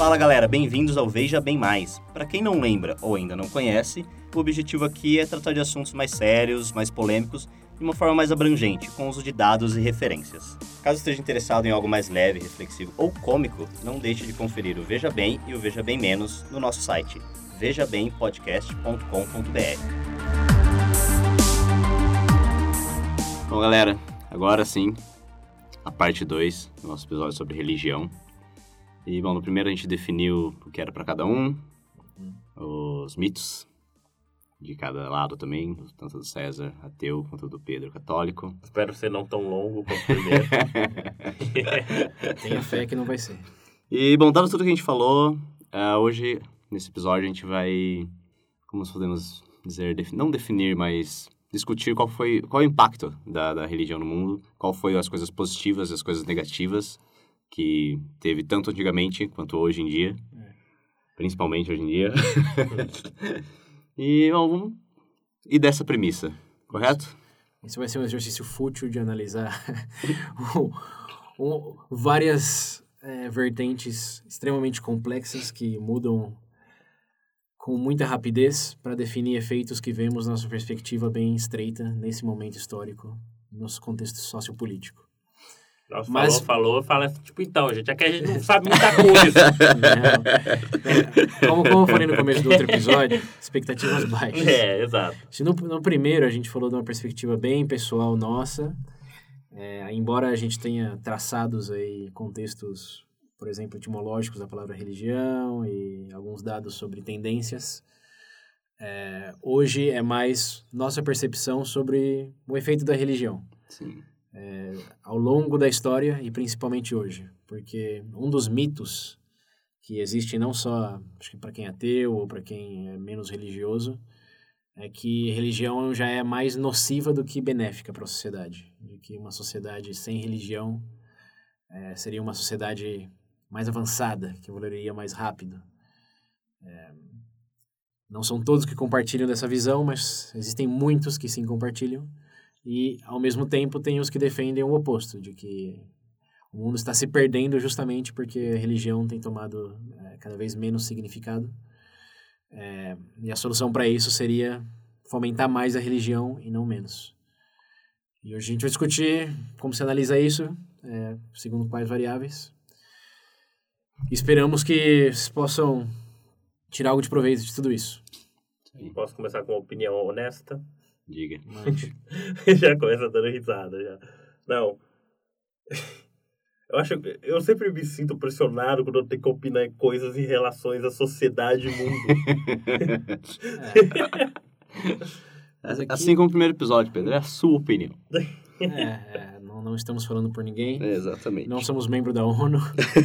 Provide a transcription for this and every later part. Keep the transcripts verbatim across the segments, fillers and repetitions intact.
Fala galera, bem-vindos ao Veja Bem Mais. Para quem não lembra ou ainda não conhece, o objetivo aqui é tratar de assuntos mais sérios, mais polêmicos, de uma forma mais abrangente, com o uso de dados e referências. Caso esteja interessado em algo mais leve, reflexivo ou cômico, não deixe de conferir o Veja Bem e o Veja Bem Menos no nosso site, veja bem podcast ponto com ponto b r. Bom galera, agora sim, a parte dois do nosso episódio sobre religião. E, bom, no primeiro a gente definiu o que era para cada um, os mitos de cada lado também, tanto do César ateu quanto do Pedro católico. Espero ser não tão longo quanto o primeiro. Tenha fé que não vai ser. E, bom, dado tudo que a gente falou, uh, hoje, nesse episódio, a gente vai, como podemos dizer, defi- não definir, mas discutir qual foi, qual é o impacto da, da religião no mundo, qual foi as coisas positivas e as coisas negativas que teve tanto antigamente quanto hoje em dia, é. Principalmente hoje em dia. E, bom, vamos ir dessa premissa, correto? Isso vai ser um exercício fútil de analisar o, o, várias é, vertentes extremamente complexas que mudam com muita rapidez para definir efeitos que vemos na nossa perspectiva bem estreita nesse momento histórico, no nosso contexto sociopolítico. Nossa, Mas... falou, falou, fala, tipo, então, gente, é que a gente não sabe muita coisa. Não. Como, como eu falei no começo do outro episódio, expectativas baixas. É, exato. Se no, no primeiro a gente falou de uma perspectiva bem pessoal nossa, é, embora a gente tenha traçados aí contextos, por exemplo, etimológicos da palavra religião e alguns dados sobre tendências, é, hoje é mais nossa percepção sobre o efeito da religião. Sim. É, ao longo da história e principalmente hoje, porque um dos mitos que existe não só acho que para quem é ateu ou para quem é menos religioso é que religião já é mais nociva do que benéfica para a sociedade, de que uma sociedade sem religião é, seria uma sociedade mais avançada, que evoluiria mais rápido. É, não são todos que compartilham dessa visão, mas existem muitos que sim compartilham. E, ao mesmo tempo, tem os que defendem o oposto, de que o mundo está se perdendo justamente porque a religião tem tomado é, cada vez menos significado. É, e a solução para isso seria fomentar mais a religião e não menos. E hoje a gente vai discutir como se analisa isso, é, segundo quais variáveis. E esperamos que vocês possam tirar algo de proveito de tudo isso. Sim. Posso começar com uma opinião honesta? Diga. Já começa dando risada, já. Não. Eu acho que eu sempre me sinto pressionado quando eu tenho que opinar em coisas em relações à sociedade e mundo. É. Aqui... Assim como o primeiro episódio, Pedro, é a sua opinião. É, é não, não estamos falando por ninguém. É, exatamente. Não somos membros da ONU.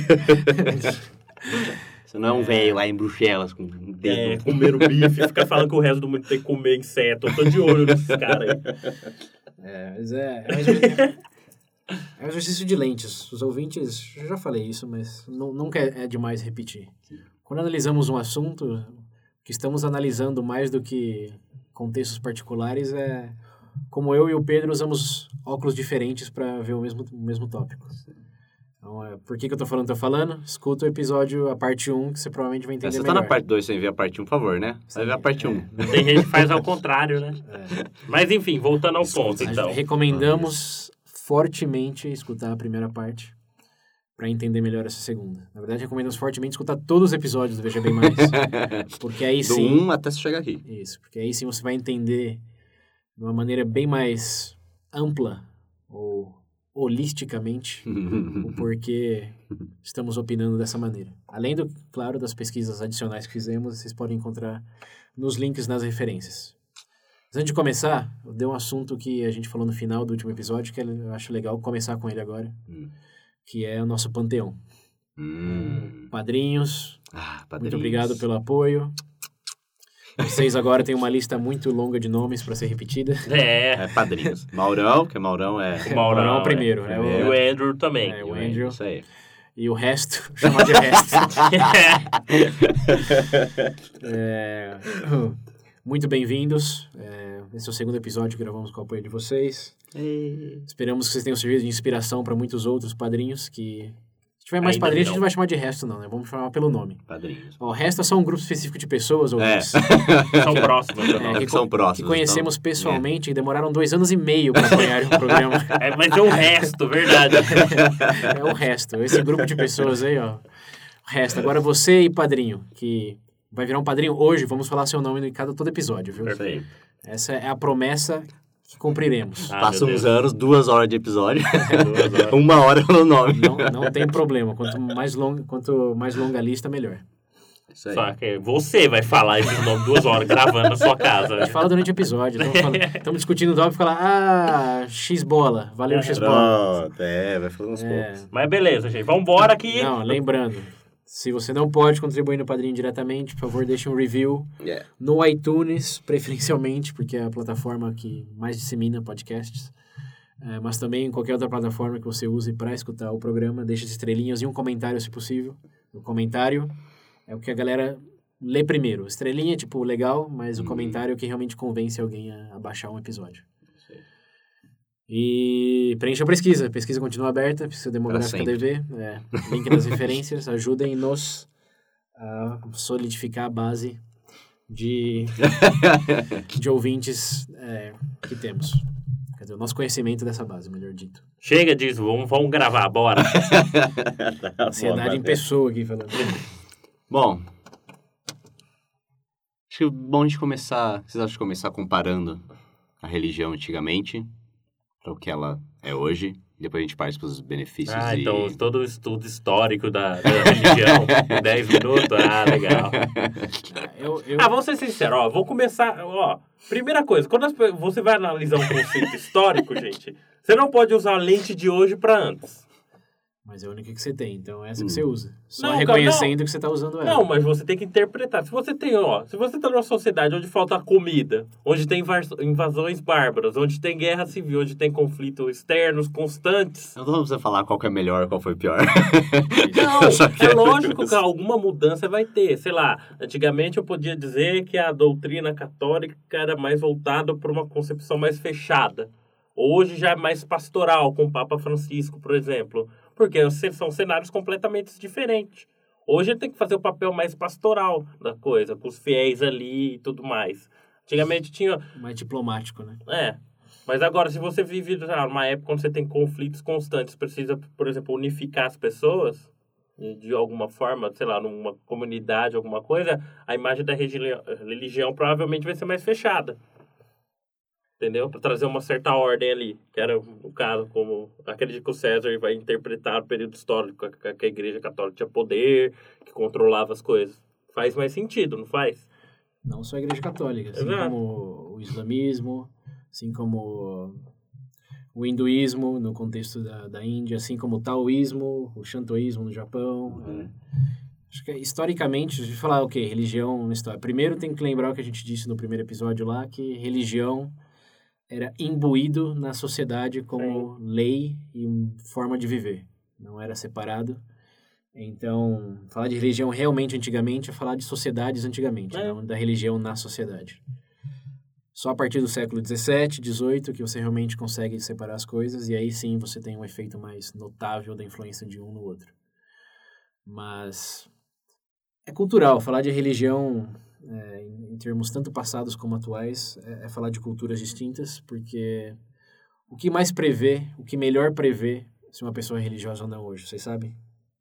Você não é um é... velho lá em Bruxelas com um dedo. É, comer o bife e ficar falando que o resto do mundo tem que comer inseto. Eu tô de olho nesses caras aí. É, mas é... É um exercício, é um exercício de lentes. Os ouvintes, eu já falei isso, mas não, nunca é, é demais repetir. Quando analisamos um assunto, o que estamos analisando mais do que contextos particulares é como eu e o Pedro usamos óculos diferentes para ver o mesmo, o mesmo tópico. Então, é, por que, que eu tô falando, tô falando? Escuta o episódio, a parte um, que você provavelmente vai entender melhor. Você tá na parte dois sem ver a parte um, por favor, né? Você vai ver a parte um. É. Tem gente que faz ao contrário, né? É. Mas, enfim, voltando ao ponto, então. Recomendamos fortemente escutar a primeira parte para entender melhor essa segunda. Na verdade, recomendamos fortemente escutar todos os episódios do Veja Bem Mais. Porque aí sim... Do um até você chegar aqui. Isso, porque aí sim você vai entender de uma maneira bem mais ampla ou... holisticamente o porquê estamos opinando dessa maneira. Além, do, claro, das pesquisas adicionais que fizemos, vocês podem encontrar nos links nas referências. Mas antes de começar, eu dei um assunto que a gente falou no final do último episódio, que eu acho legal começar com ele agora, hum. que é o nosso panteão. Hum. Padrinhos, ah, padrinhos, muito obrigado pelo apoio. Vocês agora têm uma lista muito longa de nomes para ser repetida. É. É, padrinhos. Maurão, que Maurão é... O Maurão, Maurão é o primeiro. É, é o, o, e o Andrew também. É, o Andrew. Isso aí. E o resto, chamar de resto. é, muito bem-vindos. É, esse é o segundo episódio que gravamos com o apoio de vocês. E... Esperamos que vocês tenham servido de inspiração para muitos outros padrinhos que Se tiver mais Ainda padrinhos, a não. gente não vai chamar de resto, não, né? Vamos chamar pelo nome. Padrinhos. Ó, o resto é só um grupo específico de pessoas, ou É. São próximos. É, Né? que, que são co- próximos, que conhecemos então. pessoalmente e demoraram dois anos e meio para apoiarem o programa. É, mas é o resto, verdade. É o resto. Esse grupo de pessoas aí, ó. O resto. Agora você e padrinho, que vai virar um padrinho hoje, vamos falar seu nome em cada todo episódio, viu? Perfeito. Essa é a promessa que cumpriremos. Ah, Passa meu uns Deus. anos, duas horas de episódio. Duas horas. Uma hora no nome. Não, não tem problema. Quanto mais, longa, quanto mais longa a lista, melhor. Isso aí. Só que você vai falar esses nomes duas horas gravando na sua casa. A gente fala durante o episódio. Estamos discutindo o nome e falar, ah, X-bola. Valeu, X-bola. Pronto, é, vai falando uns É, poucos. Mas beleza, gente. Vambora aqui. não, lembrando, se você não pode contribuir no Padrinho diretamente, por favor, deixe um review Yeah. no iTunes, preferencialmente, porque é a plataforma que mais dissemina podcasts. É, mas também em qualquer outra plataforma que você use para escutar o programa, deixe as estrelinhas e um comentário, se possível. O comentário é o que a galera lê primeiro. Estrelinha, tipo, legal, mas o Hum. comentário é o que realmente convence alguém a, a baixar um episódio. E preencha a pesquisa. A pesquisa continua aberta, pesquisa demográfica sempre. D V. É, link nas referências. Ajudem-nos a solidificar a base de, de ouvintes é, que temos. Quer dizer, o nosso conhecimento dessa base, melhor dito. Chega disso, vamos, vamos gravar, bora. Ansiedade em pessoa aqui falando. Bom, acho que é bom a gente começar... Vocês acham de começar comparando a religião antigamente para o que ela é hoje? E depois a gente parte para os benefícios Ah, e... então todo o estudo histórico da, da religião, em dez minutos, ah, legal. Eu, eu, Ah, vamos ser sinceros, ó, vou começar, ó, primeira coisa, quando as pe- você vai analisar um conceito histórico, gente, você não pode usar a lente de hoje para antes. mas é a única que você tem, então é essa Hum. que você usa. Só Não, reconhecendo não. que você está usando ela. Não, mas você tem que interpretar. Se você tem, ó, se você tá numa sociedade onde falta comida, onde tem invas- invasões bárbaras, onde tem guerra civil, onde tem conflitos externos constantes. Eu não precisa falar qual que é melhor, qual foi pior. Não, Eu só é quero- lógico que alguma mudança vai ter. Sei lá, antigamente eu podia dizer que a doutrina católica era mais voltada para uma concepção mais fechada. Hoje já é mais pastoral, com o Papa Francisco, por exemplo. Porque são cenários completamente diferentes. Hoje ele tem que fazer o papel mais pastoral da coisa, com os fiéis ali e tudo mais. Antigamente tinha... Mais diplomático, né? É. Mas agora, se você vive sei lá, numa época onde você tem conflitos constantes, precisa, por exemplo, unificar as pessoas, de, de alguma forma, sei lá, numa comunidade, alguma coisa, a imagem da religião, religião provavelmente vai ser mais fechada. Entendeu? Para trazer uma certa ordem ali. Que era o caso, como acredito que o César vai interpretar o período histórico, que que a Igreja Católica tinha poder, que controlava as coisas. Faz mais sentido, não faz? Não só a Igreja Católica, assim Exato. como o islamismo, assim como o hinduísmo no contexto da, da Índia, assim como o taoísmo, o shantoísmo no Japão. É. Acho que historicamente, a gente falar o quê? Religião na história. Primeiro tem que lembrar o que a gente disse no primeiro episódio lá, que religião era imbuído na sociedade como Sim. lei e forma de viver. Não era separado. Então, falar de religião realmente antigamente é falar de sociedades antigamente, é. não da religião na sociedade. Só a partir do século dezessete, dezoito, que você realmente consegue separar as coisas, e aí sim você tem um efeito mais notável da influência de um no outro. Mas é cultural. Falar de religião, é, em termos tanto passados como atuais, é, é falar de culturas distintas, porque o que mais prevê, o que melhor prevê se uma pessoa é religiosa ou não hoje, vocês sabem?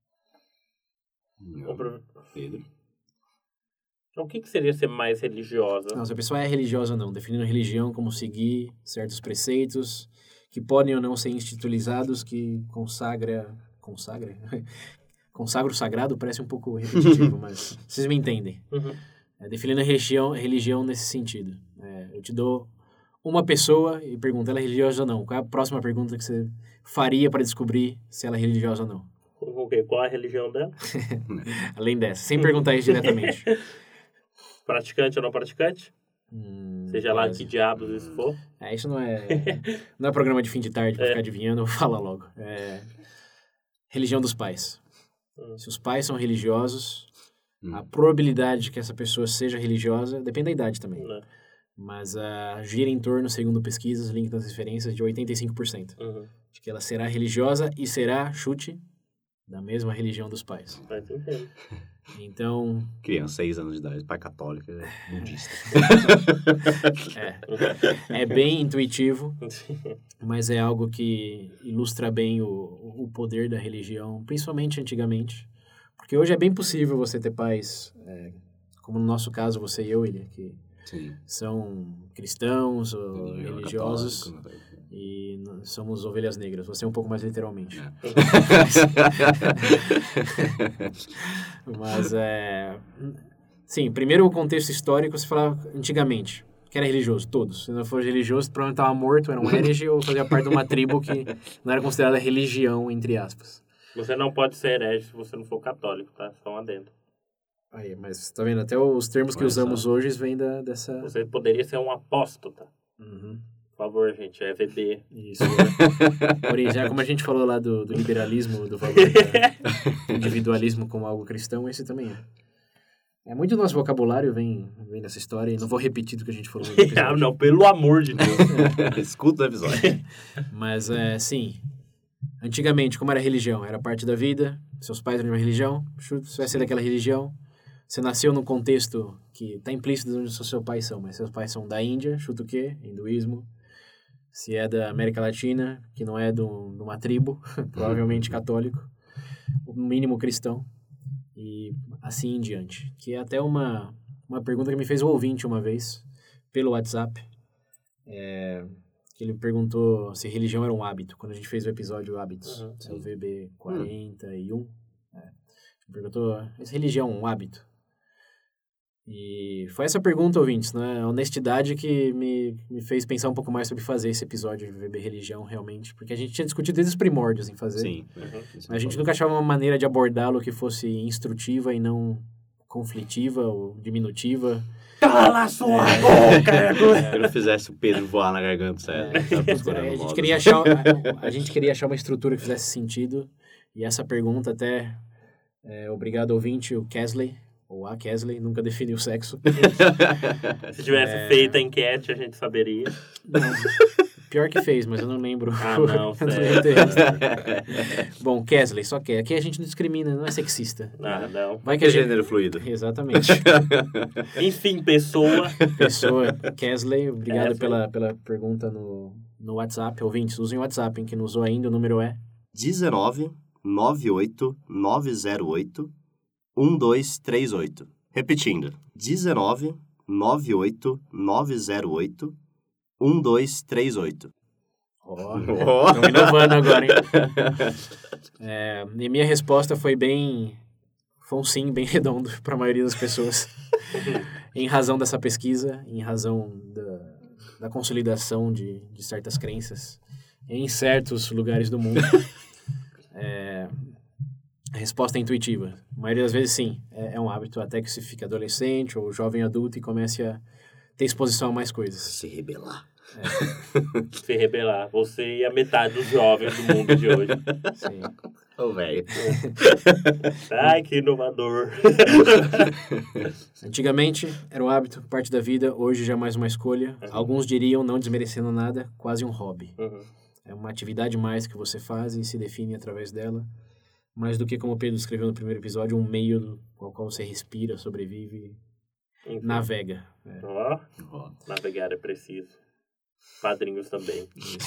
Não. Pedro. O que, que seria ser mais religiosa? Não, se a pessoa é religiosa ou não, definindo religião como seguir certos preceitos que podem ou não ser institucionalizados, que consagra... Consagra? Consagra o sagrado parece um pouco repetitivo, mas vocês me entendem. Uhum. É, definindo a religião, religião nesse sentido. É, eu te dou uma pessoa e pergunto, ela é religiosa ou não? Qual é a próxima pergunta que você faria para descobrir se ela é religiosa ou não? O quê? Qual a religião dela? Além dessa, sem perguntar isso diretamente. Praticante ou não praticante? Hum, Seja lá quase. que diabos isso for. É, isso não é, não é programa de fim de tarde para É. ficar adivinhando, eu vou falar logo. É, religião dos pais. Hum. Se os pais são religiosos, Hum. a probabilidade de que essa pessoa seja religiosa depende da idade também. Né? Mas uh, gira em torno, segundo pesquisas, link das referências, de oitenta e cinco por cento. Uhum. De que ela será religiosa e será, chute, da mesma religião dos pais. Faz sentido. Então... Criança, seis anos de idade, pai católico, budista. é, é bem intuitivo, mas é algo que ilustra bem o, o poder da religião, principalmente antigamente. Porque hoje é bem possível você ter pais, é, como no nosso caso, você e eu, Ilha, que Sim. são cristãos ou Religião religiosos católica, né? e n- somos ovelhas negras. Você é um pouco mais literalmente. É. Mas é... Sim, primeiro o contexto histórico, você falava antigamente, que era religioso, todos. Se não for religioso, provavelmente estava morto, era um herege ou fazia parte de uma tribo que não era considerada religião, entre aspas. Você não pode ser herege se você não for católico, tá? Só um adendo. Aí, mas tá vendo? Até os termos que Olha usamos só. hoje vêm da, dessa... Você poderia ser um apóstata. Uhum. Por favor, gente, é V B. Isso. Origem, como a gente falou lá do, do liberalismo, do valor do individualismo como algo cristão, esse também é. É muito do nosso vocabulário vem, vem dessa história, e não vou repetir do que a gente falou no Ah, episódio. não, pelo amor de Deus. Escuta o episódio. Mas, é, sim, antigamente, como era religião? Era parte da vida, seus pais eram de uma religião, você vai ser daquela religião, você nasceu num contexto que está implícito onde os seus pais são, mas seus pais são da Índia, chuta o quê? Hinduísmo. Se é da América Latina, que não é do, de uma tribo, provavelmente católico, no mínimo cristão, e assim em diante. Que é até uma, uma pergunta que me fez o ouvinte uma vez, pelo WhatsApp, é, que ele perguntou se religião era um hábito, quando a gente fez o episódio Hábitos, Uhum, esse é o V B quarenta e um. É, ele perguntou, se religião é um hábito? E foi essa pergunta, ouvintes, né? A honestidade que me, me fez pensar um pouco mais sobre fazer esse episódio de V B Religião, realmente. Porque a gente tinha discutido desde os primórdios em fazer. Sim. Uhum. Mas a gente nunca achava uma maneira de abordá-lo que fosse instrutiva e não conflitiva ou diminutiva. Cala a sua boca! Se eu fizesse o Pedro voar na garganta, sério. A gente, queria achar, a, a gente queria achar uma estrutura que fizesse sentido. E essa pergunta até... É, obrigado, ouvinte, o Kesley. Ou a Kesley, nunca definiu o sexo. Se tivesse É. feito a enquete, a gente saberia. Não, pior que fez, mas eu não lembro. Ah, não, Eu sério. lembro dele. Bom, Kesley, só que aqui a gente não discrimina, não é sexista. Ah, não. Vai que a É gente... gênero fluido. Exatamente. Enfim, pessoa. Pessoa, Kesley, obrigado Kesley. pela, pela pergunta no, no WhatsApp. Ouvintes, usem o WhatsApp, hein? Quem não usou ainda, o número é... dezenove, noventa e oito, novecentos e oito, doze trinta e oito. Repetindo. dezenove, noventa e oito, novecentos e oito, doze trinta e oito. Ó, estamos inovando agora, hein? É, e minha resposta foi bem... Foi um sim bem redondo para a maioria das pessoas. Em razão dessa pesquisa, em razão da, da consolidação de, de certas crenças em certos lugares do mundo. É, a resposta é intuitiva. A maioria das vezes, sim, é, é um hábito até que se fique adolescente ou jovem adulto e comece a ter exposição a mais coisas. Se rebelar. Se rebelar. Você e a metade dos jovens do mundo de hoje. Sim. Ô, velho. Ai, que inovador. Antigamente era um hábito, parte da vida, hoje já é mais uma escolha. Alguns diriam, não desmerecendo nada, quase um hobby. Uhum. É uma atividade mais que você faz e se define através dela. Mais do que, como o Pedro escreveu no primeiro episódio, um meio com o qual você respira, sobrevive, Enfim. navega. É. Ó, Ó. navegar é preciso. Padrinhos também.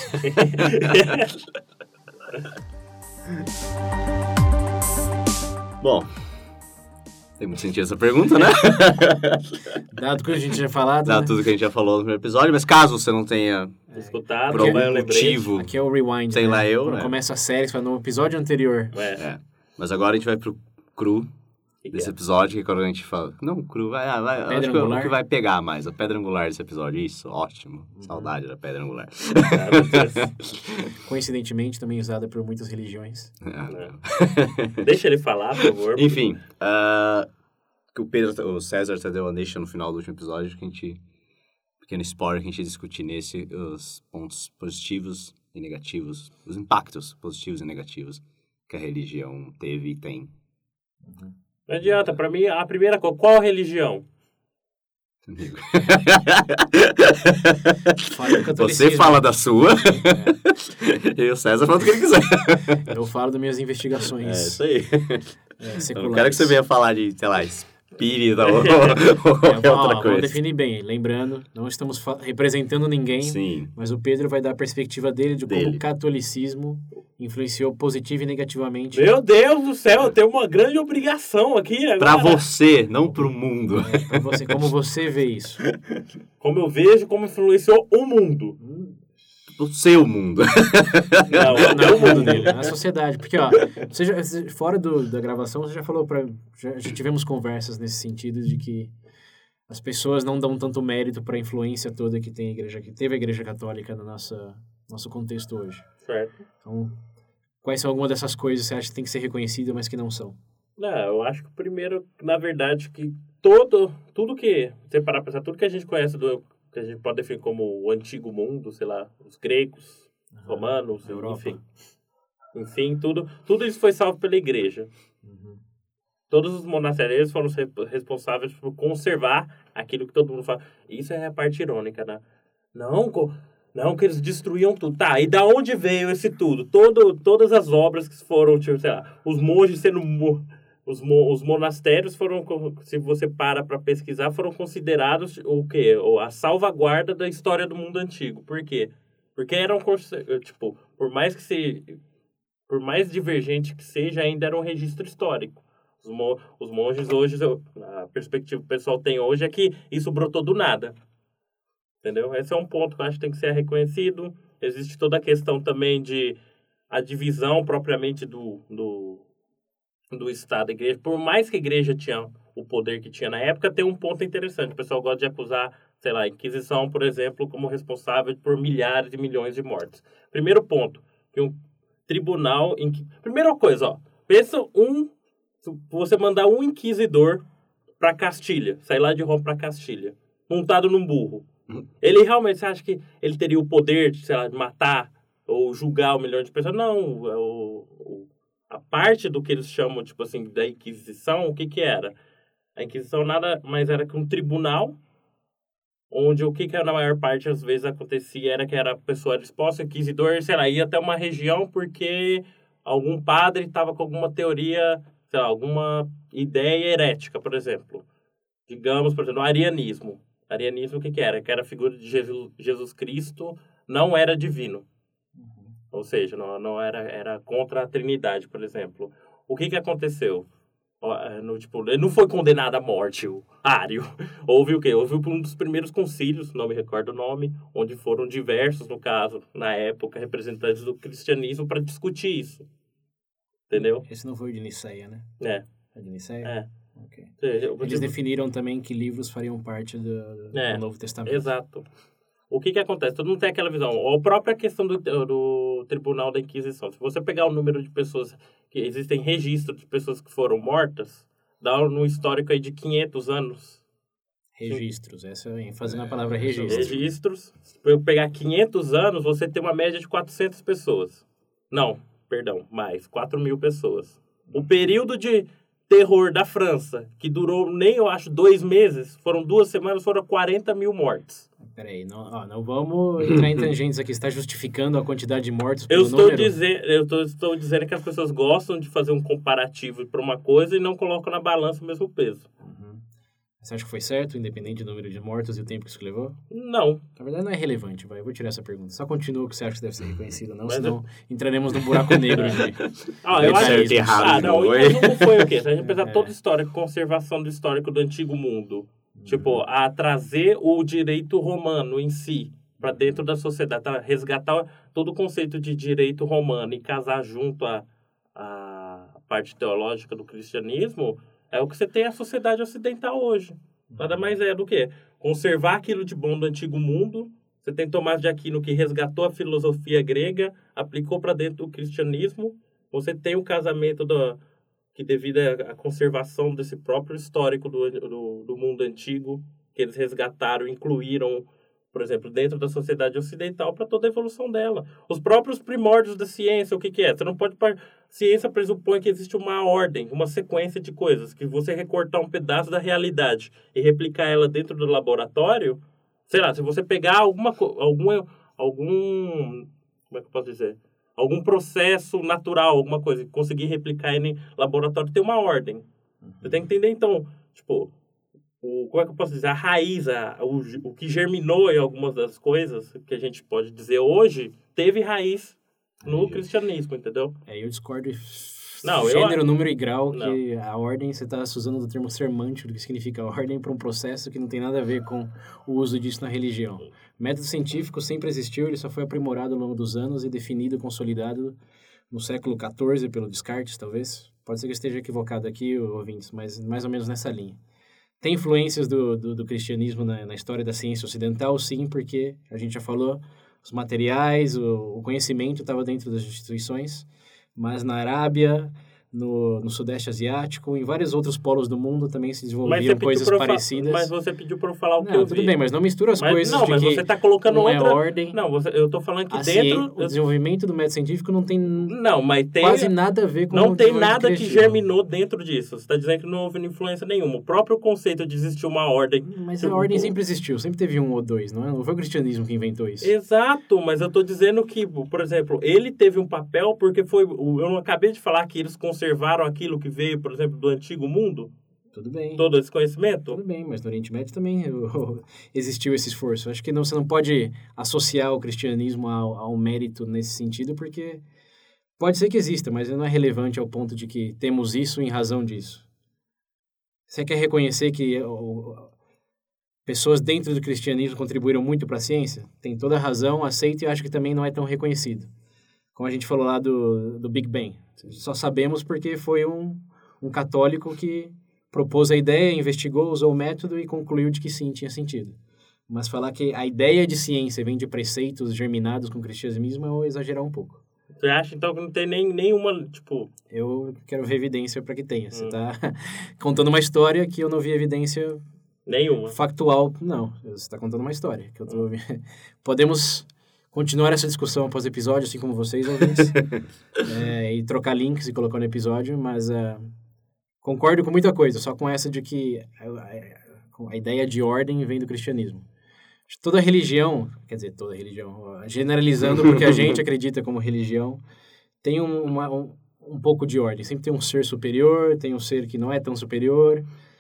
Bom, tem muito sentido essa pergunta, né? Dado que a gente já falado, Dá né? tudo que a gente já falou no primeiro episódio, mas caso você não tenha, Escutado, por algum vai eu lembrei. motivo, Aqui é o rewind, sei né? lá eu, Quando né? começa a série, você fala, no episódio anterior. É. É. Mas agora a gente vai pro cru Que desse que é? episódio, que quando a gente fala... Não, cru, vai, ah, vai, pedra acho que é o angular? que vai pegar mais, a pedra angular desse episódio. Isso, ótimo. Uhum. Saudade da pedra angular. Ah, meu Deus. Coincidentemente, também usada por muitas religiões. É. Deixa ele falar, por favor. Enfim, ah, que o Pedro, o César até deu uma deixa no final do último episódio, que a gente... Pequeno spoiler que a gente ia discutir nesse, os pontos positivos e negativos, os impactos positivos e negativos que a religião teve e tem. Não adianta, pra mim, a primeira coisa, qual religião? Amigo. Fala do Você catolicismo. fala da sua É. e o César fala do que ele quiser. Eu falo das minhas investigações É isso aí. é, Eu seculares. não quero que você venha falar de, sei lá, espírita ou, ou qualquer É, ó, outra vamos coisa. definir bem. Lembrando, não estamos fa- representando ninguém, Sim. mas o Pedro vai dar a perspectiva dele de como Dele. o catolicismo influenciou positivo e negativamente. Meu Deus do céu, eu tenho uma grande obrigação aqui agora. Pra você, não pro mundo. É, pra você, como você vê isso. Como eu vejo, como influenciou o mundo. O seu mundo. Não, Não, o não é meu o mundo mundo. dele, na sociedade. Porque, ó, você já, você- fora do, da gravação, você já falou pra... Já, já tivemos conversas nesse sentido de que as pessoas não dão tanto mérito pra influência toda que tem a igreja, que teve a igreja católica no nossa, nosso contexto hoje. Certo. Então, quais são algumas dessas coisas que você acha que tem que ser reconhecidas, mas que não são? Não, eu acho que primeiro, na verdade, que todo, tudo que, você parar pra pensar, tudo que a gente conhece do, que a gente pode definir como o antigo mundo, sei lá, os gregos, os romanos, Europa. enfim. Enfim, tudo, tudo isso foi salvo pela igreja. Uhum. Todos os monastérios foram re- responsáveis por conservar aquilo que todo mundo fala. Isso é a parte irônica, né? Não, co- não que eles destruíam tudo. Tá, e da onde veio esse tudo? Todo, todas as obras que foram, tipo, sei lá, os monges sendo... mo- Os, mo- os monastérios foram, co- se você para para pesquisar, foram considerados o quê? O- A salvaguarda da história do mundo antigo. Por quê? Porque eram, conse- tipo, por mais que se... Por mais divergente que seja, ainda era um registro histórico. Os, mo- os monges hoje, eu- a perspectiva que o pessoal tem hoje é que isso brotou do nada. Entendeu? Esse é um ponto que eu acho que tem que ser reconhecido. Existe toda a questão também de a divisão propriamente do, do, do Estado e igreja. Por mais que a igreja tinha o poder que tinha na época, tem um ponto interessante. O pessoal gosta de acusar, sei lá, a Inquisição, por exemplo, como responsável por milhares e milhões de mortes. Primeiro ponto, que um tribunal... Inqui... Primeira coisa, ó. Pensa um... Você mandar um inquisidor para Castilha, sair lá de Roma para Castilha, montado num burro. Ele realmente, você acha que ele teria o poder de, sei lá, de matar ou julgar um milhão de pessoas? Não, é o, o, a parte do que eles chamam, tipo assim, da Inquisição, o que que era? A Inquisição nada mais era que um tribunal, onde o que que na maior parte às vezes acontecia era que era a pessoa era exposta, o inquisidor, sei lá, ia até uma região porque algum padre estava com alguma teoria, sei lá, alguma ideia herética, por exemplo. Digamos, por exemplo, o arianismo. Arianismo, o que que era? Que era a figura de Jesus, Jesus Cristo, não era divino. Uhum. Ou seja, não, não era, era contra a Trindade, por exemplo. O que que aconteceu? Ó, No, tipo, ele não foi condenado à morte, o Ário. Houve o quê? Houve um dos primeiros concílios, não me recordo o nome, onde foram diversos, no caso, na época, representantes do cristianismo para discutir isso. Entendeu? Esse não foi o de Niceia, né? É. É de Niceia? É. Ok. Eu- Eles definiram também que livros fariam parte do, do É, Novo Testamento. Exato. O que que acontece? Todo mundo tem aquela visão. A própria questão do, do Tribunal da Inquisição. Se você pegar o número de pessoas, que existem registros de pessoas que foram mortas, dá um histórico aí de quinhentos anos. Registros, essa é ênfase na palavra registro. Registros. Se eu pegar quinhentos anos, você tem uma média de quatrocentas pessoas. Não, perdão, mais. quatro mil pessoas. O período de terror da França, que durou nem, eu acho, dois meses, foram duas semanas, foram quarenta mil mortes. Peraí, não, ó, não vamos entrar em tangentes aqui. Você está justificando a quantidade de mortos Eu pelo estou, número? dizer, eu estou, estou dizendo que as pessoas gostam de fazer um comparativo para uma coisa e não colocam na balança o mesmo peso. Uhum. Você acha que foi certo, independente do número de mortos e o tempo que isso levou? Não. Na verdade, não é relevante, vai. Eu vou tirar essa pergunta. Só continua o que você acha que deve ser reconhecido, não? Mas Senão entraremos num buraco negro de... Ah, eu acho certo e que... errado, Ah, não, não em foi? resumo foi o quê? Se a gente pensar É. toda a história, conservação do histórico do antigo mundo, Uhum. tipo, a trazer o direito romano em si para dentro da sociedade, tá? Resgatar todo o conceito de direito romano e casar junto a, a parte teológica do cristianismo, é o que você tem a sociedade ocidental hoje. Nada mais é do que conservar aquilo de bom do antigo mundo. Você tem Tomás de Aquino, que resgatou a filosofia grega, aplicou para dentro do cristianismo. Você tem o casamento do, que devido à à conservação desse próprio histórico do, do, do mundo antigo, que eles resgataram, incluíram por exemplo, dentro da sociedade ocidental para toda a evolução dela. Os próprios primórdios da ciência, o que, que é? Você não pode... Par... Ciência pressupõe que existe uma ordem, uma sequência de coisas, que você recortar um pedaço da realidade e replicar ela dentro do laboratório, sei lá, se você pegar alguma algum algum como é que eu posso dizer? Algum processo natural, alguma coisa, e conseguir replicar em laboratório, tem uma ordem. Você tem que entender, então, tipo, o, como é que eu posso dizer? A raiz, a, o, o que germinou em algumas das coisas que a gente pode dizer hoje, teve raiz no Aí, cristianismo, entendeu? É, eu discordo não, gênero, eu... número e grau, não. que a ordem, você está usando o termo semântico, que significa ordem, para um processo que não tem nada a ver com o uso disso na religião. O método científico sempre existiu, ele só foi aprimorado ao longo dos anos e definido, consolidado no século quatorze, pelo Descartes, talvez. Pode ser que eu esteja equivocado aqui, ouvintes, mas mais ou menos nessa linha. Tem influências do, do, do cristianismo na, na história da ciência ocidental, sim, porque a gente já falou, os materiais, o, o conhecimento estava dentro das instituições, mas na Arábia, no, no Sudeste Asiático, em vários outros polos do mundo também se desenvolviam coisas parecidas. Mas você pediu para eu falar o não, que eu tudo vi. bem, mas não mistura as mas, coisas não, de mas que você está colocando não outra... é ordem. Não, você, eu estou falando que a dentro... Ciência, o eu... desenvolvimento do método científico não tem, não, mas tem quase nada a ver com não o tem nada que cristianismo. germinou dentro disso. Você está dizendo que não houve influência nenhuma. O próprio conceito de existir uma ordem... Mas a ordem sempre existiu, sempre teve um ou dois, não é? Não foi o cristianismo que inventou isso. Exato, mas eu estou dizendo que, por exemplo, ele teve um papel porque foi... Eu não acabei de falar que eles conservaram aquilo que veio, por exemplo, do antigo mundo? Tudo bem. Todo esse conhecimento? Tudo bem, mas no Oriente Médio também existiu esse esforço. Acho que não, você não pode associar o cristianismo ao, ao mérito nesse sentido, porque pode ser que exista, mas não é relevante ao ponto de que temos isso em razão disso. Você quer reconhecer que o, pessoas dentro do cristianismo contribuíram muito para a ciência? Tem toda a razão, aceito e acho que também não é tão reconhecido. Como a gente falou lá do, do Big Bang. Só sabemos porque foi um, um católico que propôs a ideia, investigou, usou o método e concluiu de que sim, tinha sentido. Mas falar que a ideia de ciência vem de preceitos germinados com o cristianismo é exagerar um pouco. Você acha, então, que não tem nem, nenhuma, tipo... Eu quero ver evidência para que tenha. Você hum. está contando uma história que eu não vi evidência... Nenhuma. Factual, não. Você está contando uma história. Que eu tô... hum. Podemos continuar essa discussão após o episódio, assim como vocês, ouvintes. é, e trocar links e colocar no episódio, mas... Uh, concordo com muita coisa, só com essa de que a, a, a ideia de ordem vem do cristianismo. Toda religião, quer dizer, toda religião, generalizando porque a gente acredita como religião, tem um, uma, um, um pouco de ordem. Sempre tem um ser superior, tem um ser que não é tão superior.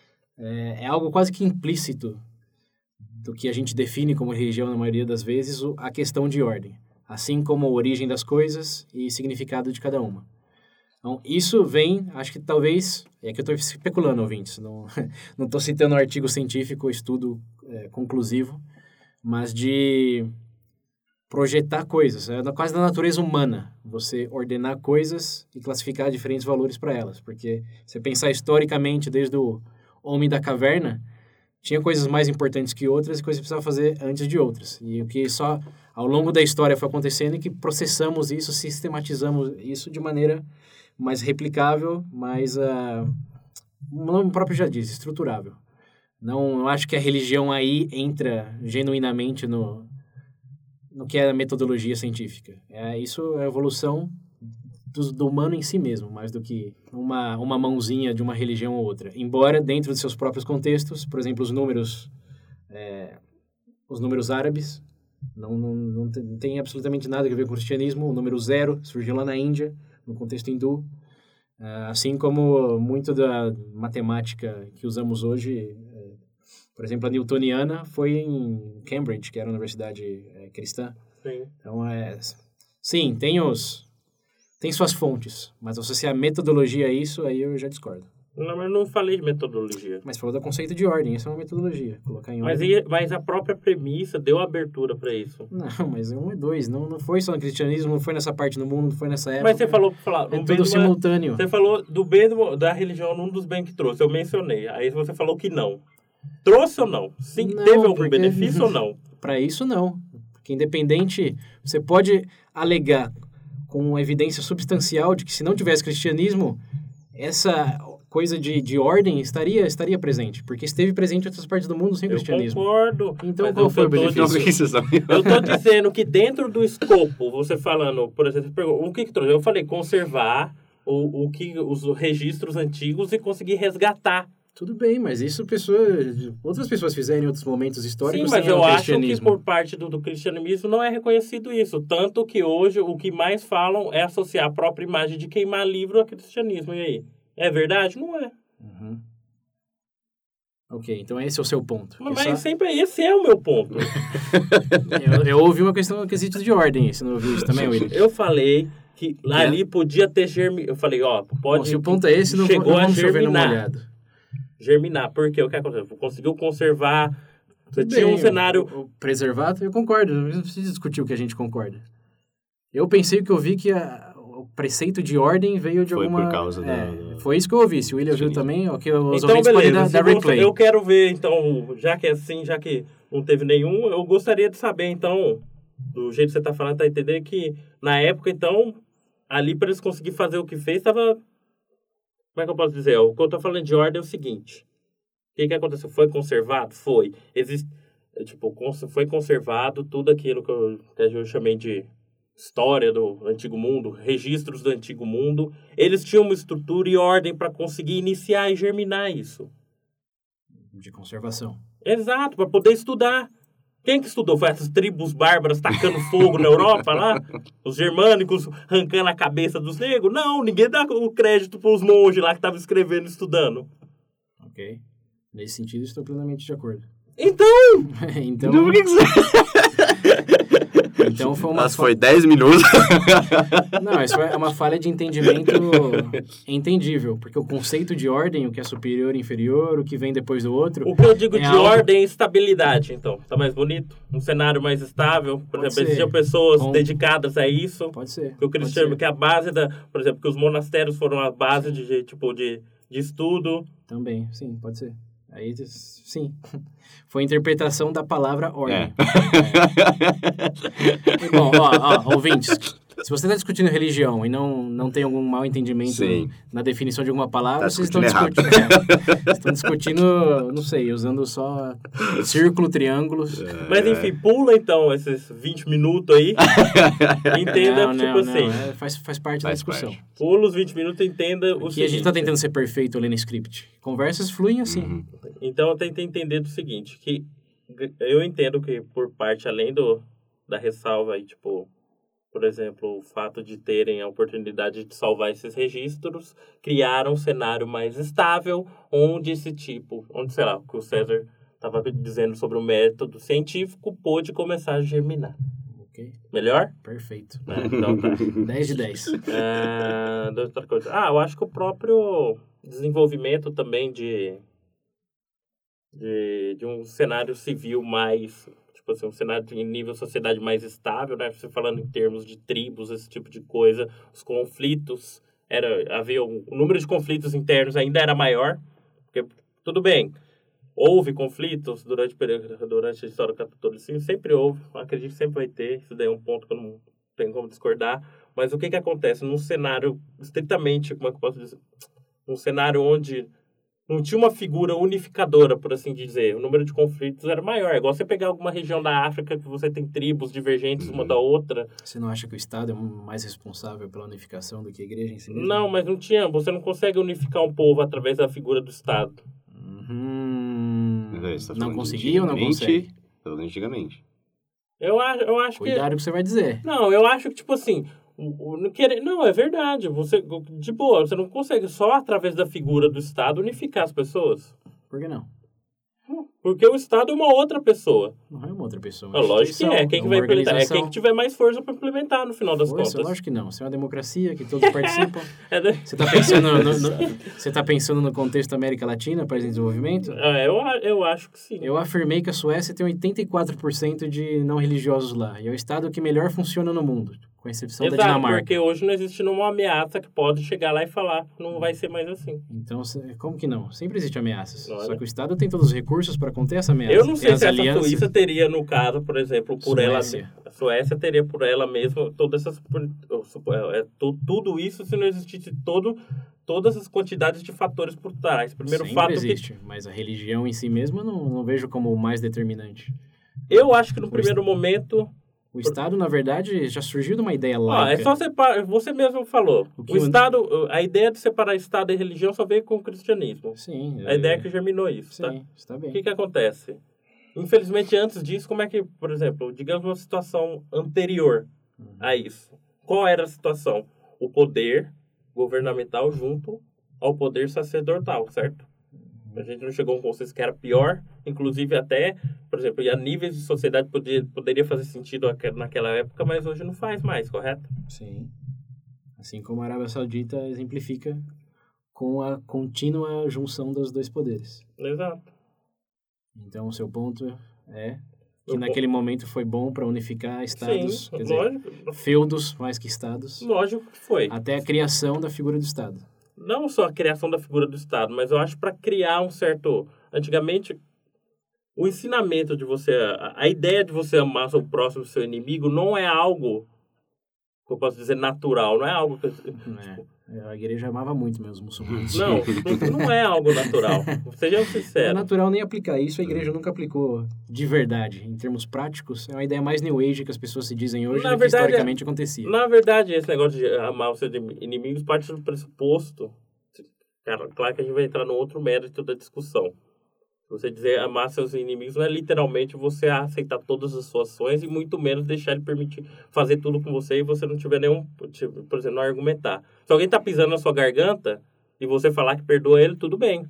É, é algo quase que implícito do que a gente define como religião na maioria das vezes, a questão de ordem. Assim como a origem das coisas e significado de cada uma. Então, isso vem, acho que talvez, é que eu estou especulando, ouvintes, não estou citando um artigo científico, estudo é, conclusivo, mas de projetar coisas, é quase da natureza humana, você ordenar coisas e classificar diferentes valores para elas, porque se pensar historicamente, desde o homem da caverna, tinha coisas mais importantes que outras e coisas que precisava fazer antes de outras, e o que só ao longo da história foi acontecendo é que processamos isso, sistematizamos isso de maneira... mais replicável, mais, uh, o nome próprio já diz, estruturável. Não, não acho que a religião aí entra genuinamente no, no que é a metodologia científica. É, isso é a evolução do, do humano em si mesmo, mais do que uma, uma mãozinha de uma religião ou outra. Embora, dentro de seus próprios contextos, por exemplo, os números, é, os números árabes, não, não, não tem absolutamente nada a ver com o cristianismo. O número zero surgiu lá na Índia, no contexto hindu, assim como muito da matemática que usamos hoje, por exemplo, a newtoniana foi em Cambridge, que era uma universidade cristã. Sim. Então, é, sim, tem, os, tem suas fontes, mas associar a metodologia a isso, aí eu já discordo. Não, mas não falei de metodologia. Mas falou do conceito de ordem, isso é uma metodologia, colocar em mas, ordem. E, mas a própria premissa deu abertura para isso. Não, mas é um e dois, não, não foi só no cristianismo, não foi nessa parte do mundo, não foi nessa época. Mas você falou... Falar, é tudo simultâneo. Você falou do bem do, da religião num dos bens que trouxe, eu mencionei, aí você falou que não. Trouxe ou não? Sim, não, teve algum porque... benefício ou não? Para isso, não. Porque independente, você pode alegar com evidência substancial de que se não tivesse cristianismo, essa... coisa de, de ordem estaria, estaria presente, porque esteve presente em outras partes do mundo sem Eu cristianismo. concordo. Então, mas qual eu foi o tô benefício? dizendo- Eu tô dizendo que dentro do escopo, você falando, por exemplo, você perguntou, o que que trouxe? Eu falei conservar o, o que, os registros antigos e conseguir resgatar. Tudo bem, mas isso pessoas, outras pessoas fizeram em outros momentos históricos Sim, mas sem eu o acho que cristianismo. por parte do, do cristianismo não é reconhecido isso. Tanto que hoje o que mais falam é associar a própria imagem de queimar livro ao cristianismo. E aí? É verdade? Não é. Uhum. Ok, então esse é o seu ponto. Mas, Que mas só- sempre esse é o meu ponto. eu, eu ouvi uma questão, um quesito de ordem, você não ouviu isso também, William? Eu falei que ali podia ter germinado. Eu falei, ó, pode... Bom, se o ponto é esse, não, chegou não a vamos chover no germinar. molhado. Germinar. Por quê? O que aconteceu? Conseguiu conservar... Você Tudo tinha bem, um cenário... O, o preservado, eu concordo, não precisa discutir o que a gente concorda. Eu pensei que eu vi que a, o preceito de ordem veio de Foi alguma... por causa da- é, da- Foi isso que eu ouvi. Se o William viu Sim. também, ok, os Então, ouvintes podem beleza. dar, Se dar você- replay. eu quero ver, então, já que é assim, já que não teve nenhum, eu gostaria de saber, então, do jeito que você está falando, tá entendendo que, na época, então, ali para eles conseguirem fazer o que fez, estava... Como é que eu posso dizer? O que eu estou falando de ordem é o seguinte. O que, que aconteceu? Foi conservado? Foi. Existe, tipo, cons- foi conservado tudo aquilo que eu, que eu chamei de história do Antigo Mundo, registros do Antigo Mundo. Eles tinham uma estrutura e ordem para conseguir iniciar e germinar isso. De conservação. Exato, para poder estudar. Quem que estudou? Foi essas tribos bárbaras tacando fogo na Europa lá? Os germânicos arrancando a cabeça dos negros? Não, ninguém dá o crédito para os monges lá que estavam escrevendo e estudando. Ok. Nesse sentido, estou plenamente de acordo. Então, então, Então, por que que você... então foi uma Nossa, fa- foi dez minutos. Não, isso é uma falha de entendimento entendível, porque o conceito de ordem, o que é superior e inferior, o que vem depois do outro... o que eu digo É de algo- ordem é estabilidade, então. Tá mais bonito? Um cenário mais estável. Por Pode exemplo, ser. existiam pessoas Com- dedicadas a isso. Pode ser. Que o pode cristianismo, ser. que é a base da... Por exemplo, que os monastérios foram a base de, de, tipo, de, de estudo. Também, sim, pode ser. Aí, sim. Foi a interpretação da palavra ordem. É. E, bom, ó, ó, ouvintes, se você está discutindo religião e não, não tem algum mal entendimento Sim. na definição de alguma palavra, Tá vocês estão discutindo discutindo, é, estão discutindo, não sei, usando só círculo, triângulos. Mas enfim, pula então esses vinte minutos aí. Entenda, não, tipo não, assim. não, é, faz, faz parte da Faz discussão. parte. Pula os vinte minutos e entenda o Aqui a seguinte. gente está tentando ser perfeito lendo script. Conversas fluem assim. Uhum. Então eu tento entender do seguinte, que eu entendo que por parte, além do, da ressalva aí, tipo, por exemplo, o fato de terem a oportunidade de salvar esses registros, criaram um cenário mais estável, onde esse tipo, onde, sei lá, o que o César estava dizendo sobre o método científico, pôde começar a germinar. Ok, Melhor? perfeito. É, então tá. dez de dez. Ah, de outra coisa. Ah, eu acho que o próprio desenvolvimento também de, de, de um cenário civil mais, tipo assim, um cenário em nível sociedade mais estável, né? Você falando em termos de tribos, esse tipo de coisa, os conflitos, era, havia um, o número de conflitos internos ainda era maior, porque, tudo bem, houve conflitos durante, o período- durante a história do catolicismo, sempre houve, acredito que sempre vai ter, isso daí é um ponto que eu não tenho como discordar, mas o que que acontece num cenário estritamente, como é que eu posso dizer, um cenário onde não tinha uma figura unificadora, por assim dizer, o número de conflitos era maior, é igual você pegar alguma região da África que você tem tribos divergentes uma da outra, Você não acha que o Estado é mais responsável pela unificação do que a igreja em si mesma? não, mas não tinha, você não consegue unificar um povo através da figura do Estado. Hum, Mas aí, você tá não falando de conseguia ou não antigamente? consegue? Tô falando antigamente. Eu acho, eu acho que... Cuidado com o que você vai dizer. Não, eu acho que, tipo assim, o, o, não, querer, não, é verdade. Você, de boa, você não consegue só através da figura do Estado unificar as pessoas. Por que não? Porque o Estado é uma outra pessoa. Não é uma outra pessoa. É lógico que é. Quem que vai implementar? É quem que tiver mais força para implementar, no final das Força, contas. lógico que não. Isso é uma democracia que todos participam. É, né? Você está pensando, no, no, você tá pensando no contexto da América Latina, país em desenvolvimento? É, eu, a- eu acho que sim. Eu afirmei que a Suécia tem oitenta e quatro por cento de não religiosos lá. E é o estado que melhor funciona no mundo. com exceção Exato, da Dinamarca. porque hoje não existe nenhuma ameaça que pode chegar lá e falar que não vai ser mais assim. Então, como que não? Sempre existem ameaças. Não, Só né? que o Estado tem todos os recursos para conter essa ameaça. Eu não Tem sei as se essa alianças. Suíça teria, no caso, por exemplo, por Suécia. ela... A Suécia teria por ela mesma todas essas... É, tudo isso se não existisse todo, todas as quantidades de fatores por trás. Primeiro Sempre fato existe, que... mas a religião em si mesma eu não, não vejo como o mais determinante. Eu acho que no primeiro momento... O Estado, na verdade, já surgiu de uma ideia Ah, laica. é só separar... Você mesmo falou. O O, que eu- Estado... A ideia de separar Estado e religião só veio com o cristianismo. Sim. A ideia é que germinou isso, tá? Sim, está bem. O que que acontece? Infelizmente, antes disso, como é que, por exemplo, digamos uma situação anterior Uhum. a isso. Qual era a situação? O poder governamental junto ao poder sacerdotal, certo? A gente não chegou a um consenso que era pior, inclusive até, por exemplo, a níveis de sociedade poderia, poderia fazer sentido aque- naquela época, mas hoje não faz mais, correto? Sim. Assim como a Arábia Saudita exemplifica com a contínua junção dos dois poderes. Exato. Então, o seu ponto é que Meu naquele momento foi bom para unificar estados, Sim, quer dizer, lógico, feudos mais que estados, lógico que foi. até a criação da figura do Estado. Não só a criação da figura do Estado, mas eu acho para criar um certo... Antigamente, o ensinamento de você... A, a ideia de você amar o próximo, seu inimigo, não é algo, que eu posso dizer, natural. Não é algo que... É, a igreja amava muito meus muçulmanos. Não, não é algo natural. Sejam É sinceros. natural nem aplicar isso, a igreja nunca aplicou de verdade. Em termos práticos, é uma ideia mais new age que as pessoas se dizem hoje Na do que verdade, historicamente acontecia. Na verdade, esse negócio de amar os seus inimigos parte do pressuposto... Cara, claro que a gente vai entrar no outro mérito da discussão. Você dizer amar seus inimigos não é literalmente você aceitar todas as suas ações e muito menos deixar ele permitir fazer tudo com você e você não tiver nenhum, tipo, por exemplo, não argumentar. Se alguém tá pisando na sua garganta e você falar que perdoa ele, tudo bem.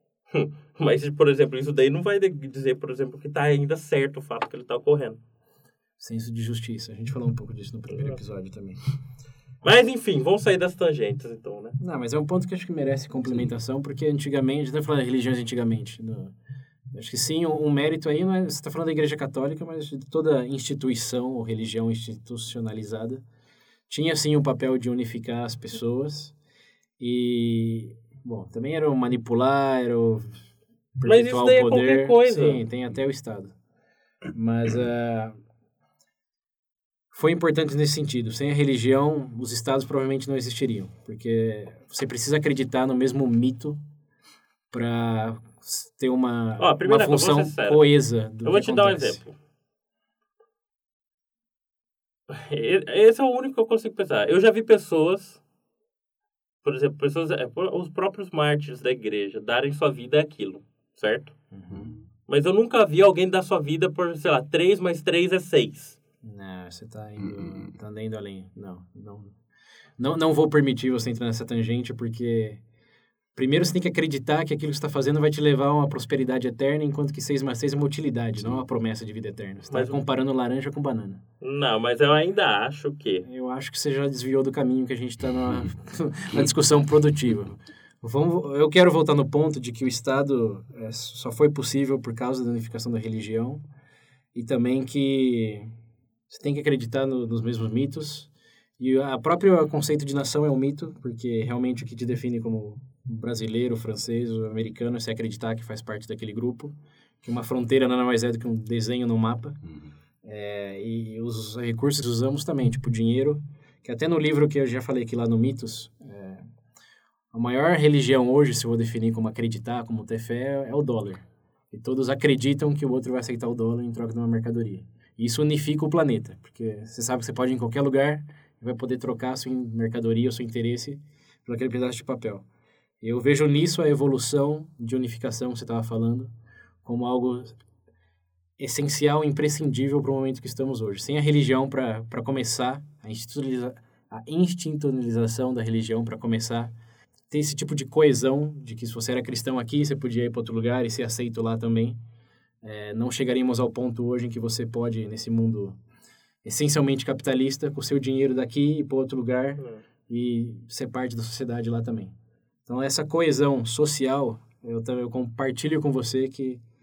Mas, por exemplo, isso daí não vai dizer, por exemplo, que tá ainda certo o fato que ele tá ocorrendo. Senso de justiça. A gente falou um pouco disso no primeiro episódio também. Mas, enfim, vamos sair das tangentes, então, né? Não, mas é um ponto que acho que merece complementação, porque antigamente, a gente tá falando de religiões antigamente. No, acho que sim, um, um mérito aí, não é, você está falando da Igreja Católica, mas de toda instituição ou religião institucionalizada, tinha sim o papel de unificar as pessoas e, bom, também era o manipular, era o Mas isso daí é qualquer coisa. Sim, tem até o Estado. Mas uh, foi importante nesse sentido. Sem a religião, os estados provavelmente não existiriam, porque você precisa acreditar no mesmo mito para ter uma, Ó, uma função coesa do Eu vou que te acontece. dar um exemplo. Esse é o único que eu consigo pensar. Eu já vi pessoas, por exemplo, pessoas, os próprios mártires da igreja darem sua vida àquilo, certo? Uhum. Mas eu nunca vi alguém dar sua vida por, sei lá, três mais três é seis. Não, você tá indo, tá indo além. Não, não, não, não vou permitir você entrar nessa tangente, porque primeiro você tem que acreditar que aquilo que você está fazendo vai te levar a uma prosperidade eterna, enquanto que seis mais seis é uma utilidade, Sim. não uma promessa de vida eterna. Você está Mas... comparando laranja com banana. Não, mas eu ainda acho que... Eu acho que você já desviou do caminho que a gente está numa, numa discussão produtiva. Vamos, eu quero voltar no ponto de que o Estado é, só foi possível por causa da unificação da religião e também que você tem que acreditar no, nos mesmos mitos. E a próprio conceito de nação é um mito, porque realmente o que te define como brasileiro, francês ou americano é você acreditar que faz parte daquele grupo, que uma fronteira nada mais é do que um desenho no mapa. Uhum. É, e os recursos que usamos também, tipo dinheiro, que até no livro que eu já falei aqui lá no Mitos, é, a maior religião hoje, se eu vou definir como acreditar, como ter fé, é o dólar. E todos acreditam que o outro vai aceitar o dólar em troca de uma mercadoria. E isso unifica o planeta, porque você sabe que você pode ir em qualquer lugar e vai poder trocar a sua mercadoria, o seu interesse por aquele pedaço de papel. Eu vejo nisso a evolução de unificação que você estava falando como algo essencial, imprescindível para o momento que estamos hoje. Sem a religião para começar, a, institucionaliza a institucionalização da religião para começar, ter esse tipo de coesão de que se você era cristão aqui, você podia ir para outro lugar e ser aceito lá também. É, não chegaríamos ao ponto hoje em que você pode, nesse mundo essencialmente capitalista, com o seu dinheiro daqui e para outro lugar uhum. e ser parte da sociedade lá também. Então, essa coesão social, eu, eu compartilho com você que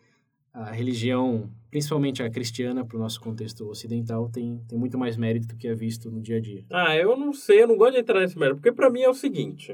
a religião, principalmente a cristiana, para o nosso contexto ocidental, tem, tem muito mais mérito do que é visto no dia a dia. Ah, eu não sei, eu não gosto de entrar nesse mérito, porque para mim é o seguinte...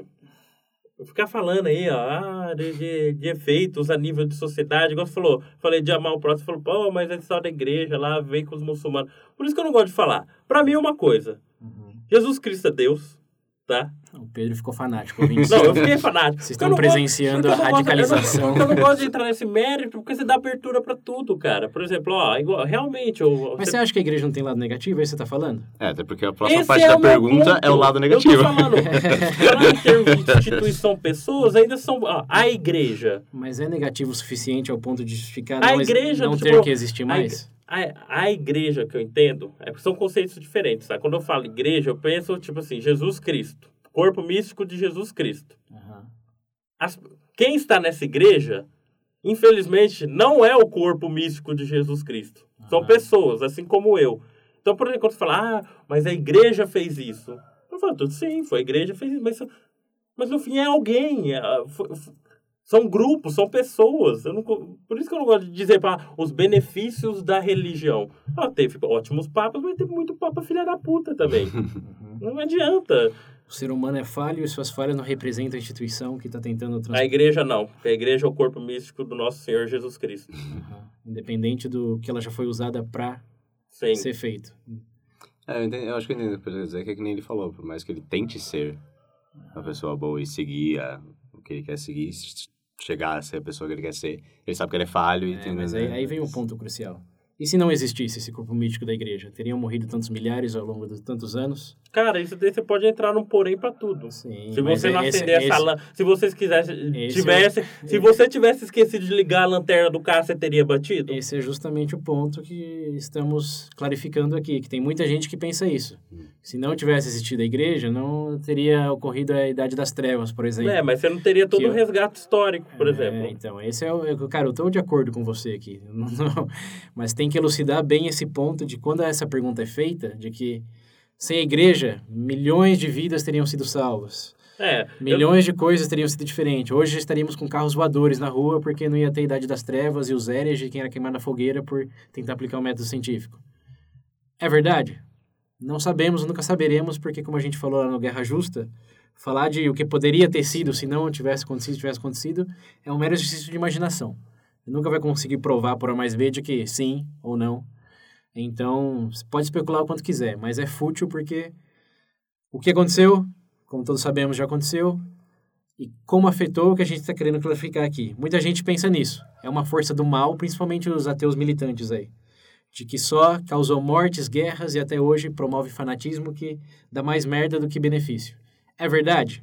Ficar falando aí, ó, ah, de, de, de efeitos a nível de sociedade, igual você falou, falei de amar o próximo, falou, pô, mas é só da igreja lá, vem com os muçulmanos. Por isso que eu não gosto de falar. Pra mim é uma coisa, uhum. Jesus Cristo é Deus, tá? O Pedro ficou fanático. Ouvindo não, eu fiquei fanático. Vocês estão presenciando a radicalização. Gosto, eu, não, eu não gosto de entrar nesse mérito, porque você dá abertura pra tudo, cara. Por exemplo, ó, igual, realmente... Eu, Mas você... você acha que a igreja não tem lado negativo? É isso que você tá falando? É, até porque a próxima Esse parte é da o meu pergunta ponto. é o lado negativo. Eu tô falando, falar em termos de instituição, pessoas, ainda são... Ó, a igreja... Mas é negativo o suficiente ao ponto de justificar a não, igreja, não tipo, ter que existir mais? A, a igreja que eu entendo, é, são conceitos diferentes, tá? Quando eu falo igreja, eu penso, tipo assim, Jesus Cristo. Corpo místico de Jesus Cristo. Uhum. As, quem está nessa igreja, infelizmente, não é o corpo místico de Jesus Cristo. Uhum. São pessoas, assim como eu. Então, por exemplo, quando você fala, ah, mas a igreja fez isso. Eu falo, sim, foi a igreja que fez isso, mas, mas no fim é alguém. É, foi, são grupos, são pessoas. Eu não, por isso que eu não gosto de dizer pá, os benefícios da religião. Ah, teve ótimos papas, mas teve muito papa filha da puta também. Uhum. Não adianta. O ser humano é falho e suas falhas não representam a instituição que está tentando... Trans... A igreja não. A igreja é o corpo místico do nosso Senhor Jesus Cristo. Uhum. Independente do que ela já foi usada para ser feito. É, eu, entendi, eu acho que eu entendi o que dizer, que é que nem ele falou. Por mais que ele tente ser uma pessoa boa e seguir a, o que ele quer seguir, chegar a ser a pessoa que ele quer ser, ele sabe que ele é falho. E é, tem, mas aí, aí vem um ponto crucial. E se não existisse esse corpo místico da igreja? Teriam morrido tantos milhares ao longo de tantos anos? Cara, isso daí você pode entrar num porém pra tudo. Sim, se você não esse, acender esse, essa lâmpada... Se vocês quisessem... Tivesse, é, se você tivesse esquecido de ligar a lanterna do carro, você teria batido? Esse é justamente o ponto que estamos clarificando aqui. Que tem muita gente que pensa isso. Se não tivesse existido a igreja, não teria ocorrido a Idade das Trevas, por exemplo. É, mas você não teria todo o eu... resgate histórico, por é, exemplo. Então, esse é o... Cara, eu estou de acordo com você aqui. Não, não, mas tem que elucidar bem esse ponto de quando essa pergunta é feita, de que sem a igreja, milhões de vidas teriam sido salvas. É, milhões eu... de coisas teriam sido diferentes. Hoje estaríamos com carros voadores na rua porque não ia ter Idade das Trevas e os hereges, quem era queimado na fogueira por tentar aplicar o método científico. É verdade? Não sabemos, nunca saberemos, porque como a gente falou lá no Guerra Justa, falar de o que poderia ter sido se não tivesse acontecido, se tivesse acontecido, é um mero exercício de imaginação. Você nunca vai conseguir provar por A mais B de que sim ou não. Então, você pode especular o quanto quiser, mas é fútil porque o que aconteceu, como todos sabemos, já aconteceu, e como afetou o que a gente está querendo clarificar aqui. Muita gente pensa nisso. É uma força do mal, principalmente os ateus militantes aí, de que só causou mortes, guerras e até hoje promove fanatismo que dá mais merda do que benefício. É verdade?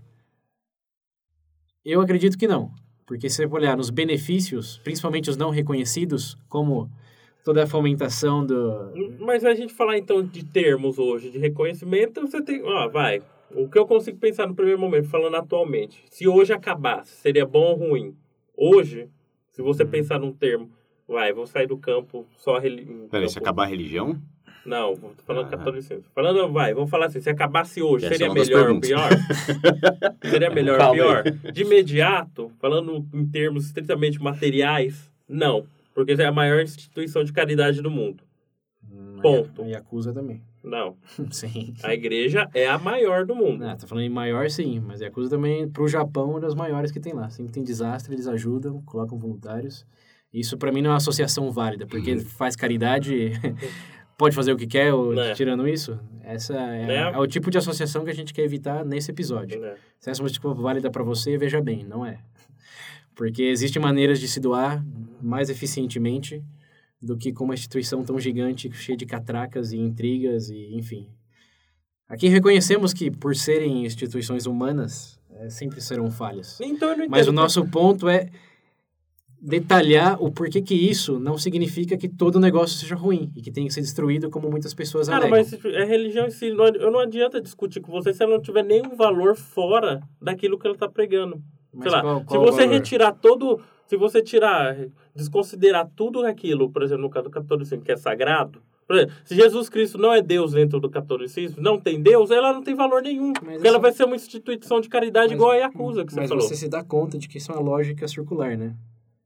Eu acredito que não, porque se você olhar nos benefícios, principalmente os não reconhecidos, como... toda a fomentação do... Mas a gente falar, então, de termos hoje, de reconhecimento, você tem... Ó, vai. O que eu consigo pensar no primeiro momento, falando atualmente. Se hoje acabasse, seria bom ou ruim? Hoje, se você hum. pensar num termo, vai, vou sair do campo só... Reli... Peraí, se acabar a religião? Não, tô falando ah, catolicismo. Falando, vai, vamos falar assim, se acabasse hoje, Essa seria é melhor ou pior? Seria melhor ou pior? De imediato, falando em termos estritamente materiais, não. Porque é a maior instituição de caridade do mundo. Hum, Ponto. A Yakuza também. Não. Sim. A igreja é a maior do mundo. Ah, tá falando em maior, sim. Mas a Yakuza também, pro Japão, é uma das maiores que tem lá. Sempre tem desastre, eles ajudam, colocam voluntários. Isso, pra mim, não é uma associação válida. Porque faz caridade, pode fazer o que quer, ou, é. tirando isso. Essa é, é. é o tipo de associação que a gente quer evitar nesse episódio. É. Se essa é uma tipo válida pra você, veja bem, não é. Porque existem maneiras de se doar mais eficientemente do que com uma instituição tão gigante, cheia de catracas e intrigas e, enfim. Aqui reconhecemos que, por serem instituições humanas, é, sempre serão falhas. Então, eu não Mas o nosso ponto é detalhar o porquê que isso não significa que todo negócio seja ruim e que tenha que ser destruído como muitas pessoas Cara, alegam. mas a religião em si, não, eu não adianta discutir com você se ela não tiver nenhum valor fora daquilo que ela está pregando. Mas Sei qual, lá, qual se você valor? retirar todo... Se você tirar, desconsiderar tudo aquilo, por exemplo, no caso do catolicismo, que é sagrado... Por exemplo, se Jesus Cristo não é Deus dentro do catolicismo, não tem Deus, ela não tem valor nenhum. Mas porque essa... ela vai ser uma instituição de caridade mas, igual a Yakuza, que você mas falou. Mas você se dá conta de que isso é uma lógica circular, né?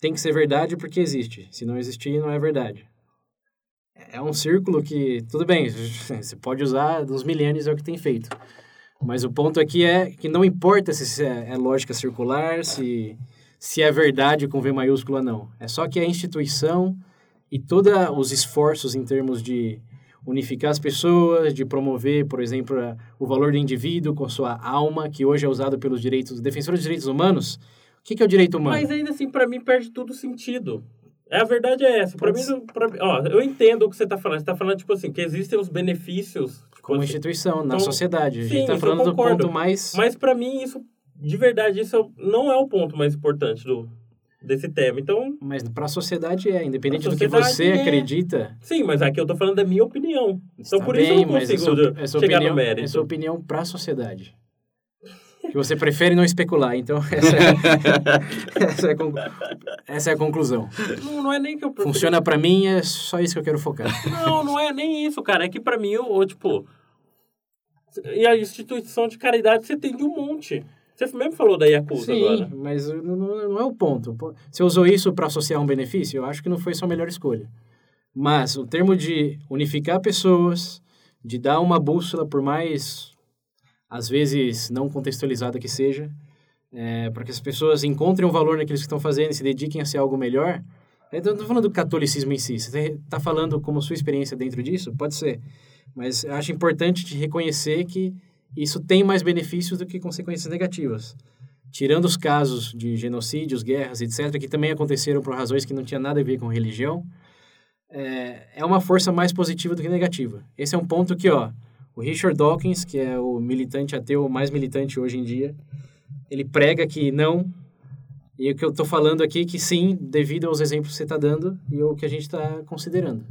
tem que ser verdade porque existe. Se não existir, não é verdade. É um círculo que, tudo bem, você pode usar dos milênios, é o que tem feito. Mas o ponto aqui é que não importa se é, é lógica circular, se, se é verdade com V maiúsculo ou não. É só que a instituição e todos os esforços em termos de unificar as pessoas, de promover, por exemplo, o valor do indivíduo com sua alma, que hoje é usado pelos direitos, defensores dos direitos humanos. O que, que é o direito humano? Mas ainda assim, para mim, perde todo o sentido. É, a verdade é essa. Para mim, pra, ó, eu entendo o que você está falando. Você está falando, tipo assim, que existem os benefícios... Tipo, como assim, instituição, na então, sociedade. A gente sim, está falando do ponto mais... Mas para mim, isso, de verdade, isso não é o ponto mais importante do, desse tema. Então... Mas para a sociedade é, independente do que sociedade você é... acredita... Sim, mas aqui eu estou falando da minha opinião. Então, Está por bem, isso eu não mas consigo é sua, é sua chegar opinião, no mérito. É sua opinião para a sociedade. Que você prefere não especular. Então, essa é, essa é, a, conclu... essa é a conclusão. Não, não é nem que eu prefiro... Funciona para mim, é só isso que eu quero focar. Não, não é nem isso, cara. É que para mim, eu, eu, tipo... E a instituição de caridade você tem de um monte. Você mesmo falou da Yakuza Sim, agora. Sim, mas não, não é o ponto. Você usou isso para associar um benefício? Eu acho que não foi sua melhor escolha. Mas o termo de unificar pessoas, de dar uma bússola, por mais, às vezes, não contextualizada que seja, é, para que as pessoas encontrem um valor naquilo que estão fazendo e se dediquem a ser algo melhor. Eu não estou falando do catolicismo em si. Você está falando como sua experiência dentro disso? Pode ser. Mas eu acho importante te reconhecer que isso tem mais benefícios do que consequências negativas. Tirando os casos de genocídios, guerras, etcétera, que também aconteceram por razões que não tinham nada a ver com religião, é, é uma força mais positiva do que negativa. Esse é um ponto que, ó, o Richard Dawkins, que é o militante ateu mais militante hoje em dia, ele prega que não, e o que eu estou falando aqui que sim, devido aos exemplos que você está dando e o que a gente está considerando.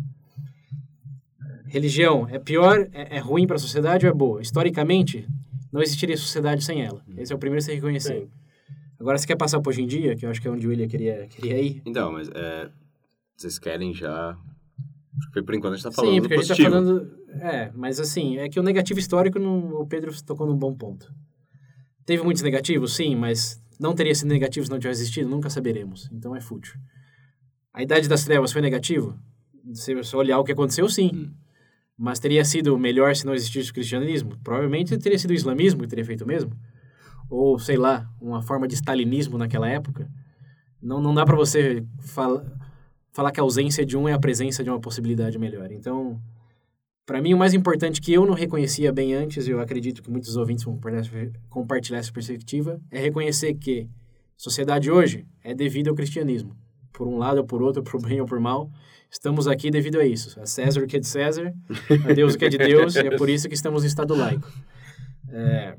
Religião é pior, é, é ruim para a sociedade ou é boa? Historicamente, não existiria sociedade sem ela. Esse é o primeiro a se reconhecer. Sim. Agora, você quer passar para hoje em dia, que eu acho que é onde o William queria, queria ir? Então, mas é, vocês querem já... Porque por enquanto a gente está falando Sim, porque do a gente está falando... É, mas assim, é que o negativo histórico, não, o Pedro tocou num bom ponto. Teve muitos negativos, sim, mas não teria sido negativo se não tivesse existido? Nunca saberemos. Então é fútil. A Idade das Trevas foi negativo? Se você olhar o que aconteceu, sim. Hum. Mas teria sido melhor se não existisse o cristianismo? Provavelmente teria sido o islamismo que teria feito o mesmo. Ou, sei lá, uma forma de stalinismo naquela época. Não, não dá para você fala, falar que a ausência de um é a presença de uma possibilidade melhor. Então, para mim, o mais importante que eu não reconhecia bem antes, e eu acredito que muitos ouvintes vão compartilhar essa perspectiva, é reconhecer que a sociedade hoje é devido ao cristianismo. Por um lado ou por outro, por bem ou por mal, estamos aqui devido a isso. A César o que é de César, a Deus o que é de Deus, e é por isso que estamos em estado laico. É...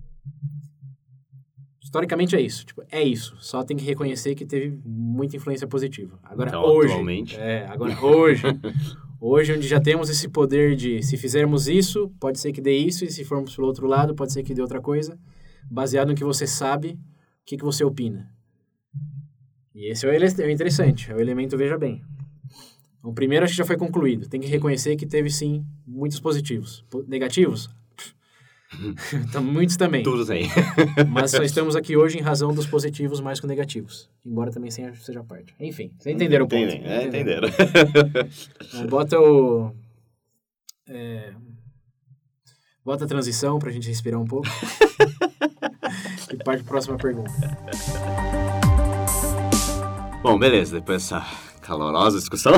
Historicamente é isso. Tipo, é isso. Só tem que reconhecer que teve muita influência positiva. Agora, então, hoje... Atualmente... É, agora, hoje... Hoje, onde já temos esse poder de, se fizermos isso, pode ser que dê isso, e se formos pelo outro lado, pode ser que dê outra coisa, baseado no que você sabe, o que, que você opina. E esse é o, ele- é o interessante, é o elemento veja bem. O primeiro acho que já foi concluído. Tem que reconhecer que teve, sim, muitos positivos. Po- negativos? Então, muitos também. Tudo tem. Mas só estamos aqui hoje em razão dos positivos mais que os negativos. Embora também seja, seja parte. Enfim, vocês entenderam o ponto. Entendem, é, entenderam. Então, bota o... É, bota a transição pra gente respirar um pouco. E parte para a próxima pergunta. Bom, beleza. Depois dessa calorosa discussão,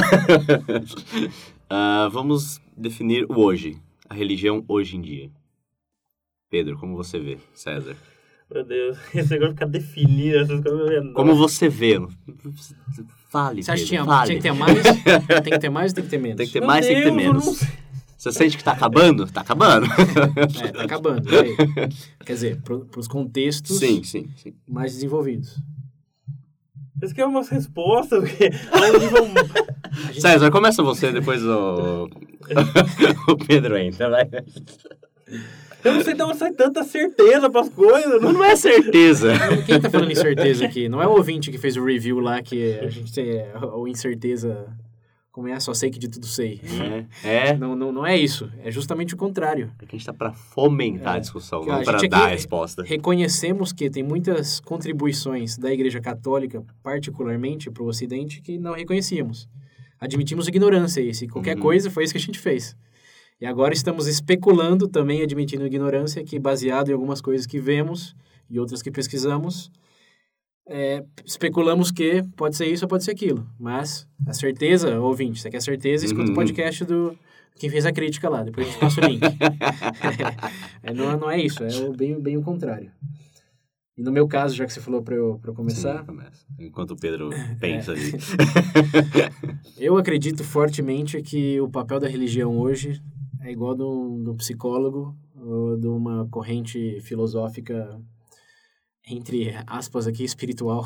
uh, vamos definir o hoje. A religião hoje em dia. Pedro, como você vê? César. Meu Deus, esse negócio ficar definindo essas coisas. Como você vê? Fale, Você acha que Pedro, tinha, fale. tinha que ter mais? Tem que ter mais ou tem que ter menos? Tem que ter Meu mais, tem que ter Deus, eu menos. não sei. Você sente que tá acabando? Tá acabando. É, tá acabando. Aí. Quer dizer, para os contextos Sim, sim, sim. mais desenvolvidos. Isso que é umas respostas. Porque é um nível... A gente- César, começa você, depois o... o Pedro entra, vai. Eu não sei de onde sai tanta certeza pras coisas. Não, não é certeza. Quem tá falando incerteza aqui? Não é o ouvinte que fez o review lá que a gente tem o incerteza, como é, só sei que de tudo sei. É, é. Não, não, não é isso. É justamente o contrário. É que a gente tá para fomentar É. a discussão, Que não a para gente dar a aqui resposta. Reconhecemos que tem muitas contribuições da Igreja Católica, particularmente para o Ocidente, que não reconhecíamos. Admitimos ignorância, e se qualquer Uhum. coisa foi isso que a gente fez. E agora estamos especulando, também admitindo ignorância, que baseado em algumas coisas que vemos e outras que pesquisamos, é, especulamos que pode ser isso ou pode ser aquilo. Mas a certeza, ouvinte, você quer certeza, escuta Uhum. o podcast do quem fez a crítica lá, depois a gente passa o link. é, não, não é isso, é o bem, bem o contrário. E no meu caso, já que você falou para eu, pra eu começar... Sim, começa. Enquanto o Pedro pensa ali. Eu acredito fortemente que o papel da religião hoje é igual do, do psicólogo ou de uma corrente filosófica, entre aspas aqui, espiritual.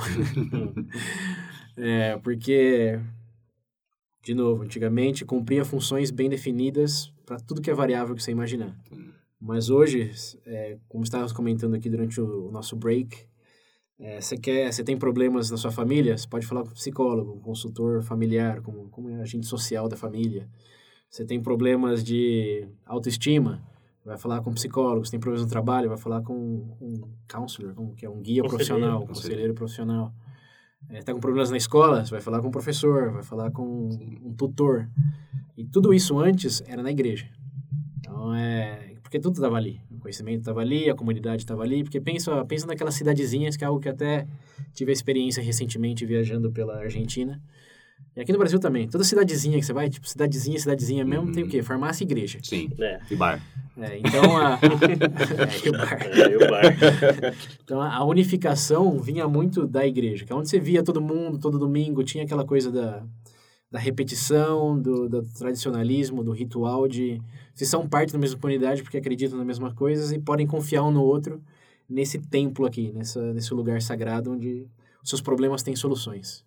é, porque, de novo, antigamente cumpria funções bem definidas para tudo que é variável que você imaginar. Mas hoje, é, como estávamos comentando aqui durante o, o nosso break, é, você quer, você tem problemas na sua família, você pode falar com um psicólogo, um consultor familiar, como, como é agente social da família. Você tem problemas de autoestima, vai falar com um psicólogo. Você tem problemas no trabalho, vai falar com um counselor, com, que é um guia Conselheiro. profissional, um conselheiro profissional. É, tá com problemas na escola, você vai falar com um professor, vai falar com um, um tutor. E tudo isso antes era na igreja. Então, é... Porque tudo estava ali. O conhecimento estava ali, a comunidade estava ali. Porque pensa, pensa naquelas cidadezinhas, que é algo que até tive a experiência recentemente viajando pela Argentina. E aqui no Brasil também. Toda cidadezinha que você vai, tipo, cidadezinha, cidadezinha mesmo, Uhum. tem o quê? Farmácia e igreja. Sim, É. e bar. É, então, a... é, e o bar. É, e o bar. Então, a unificação vinha muito da igreja, que é onde você via todo mundo, todo domingo, tinha aquela coisa da, da repetição, do, do tradicionalismo, do ritual de... Vocês são parte da mesma comunidade porque acreditam nas mesmas coisas e podem confiar um no outro nesse templo aqui, nessa, nesse lugar sagrado onde os seus problemas têm soluções.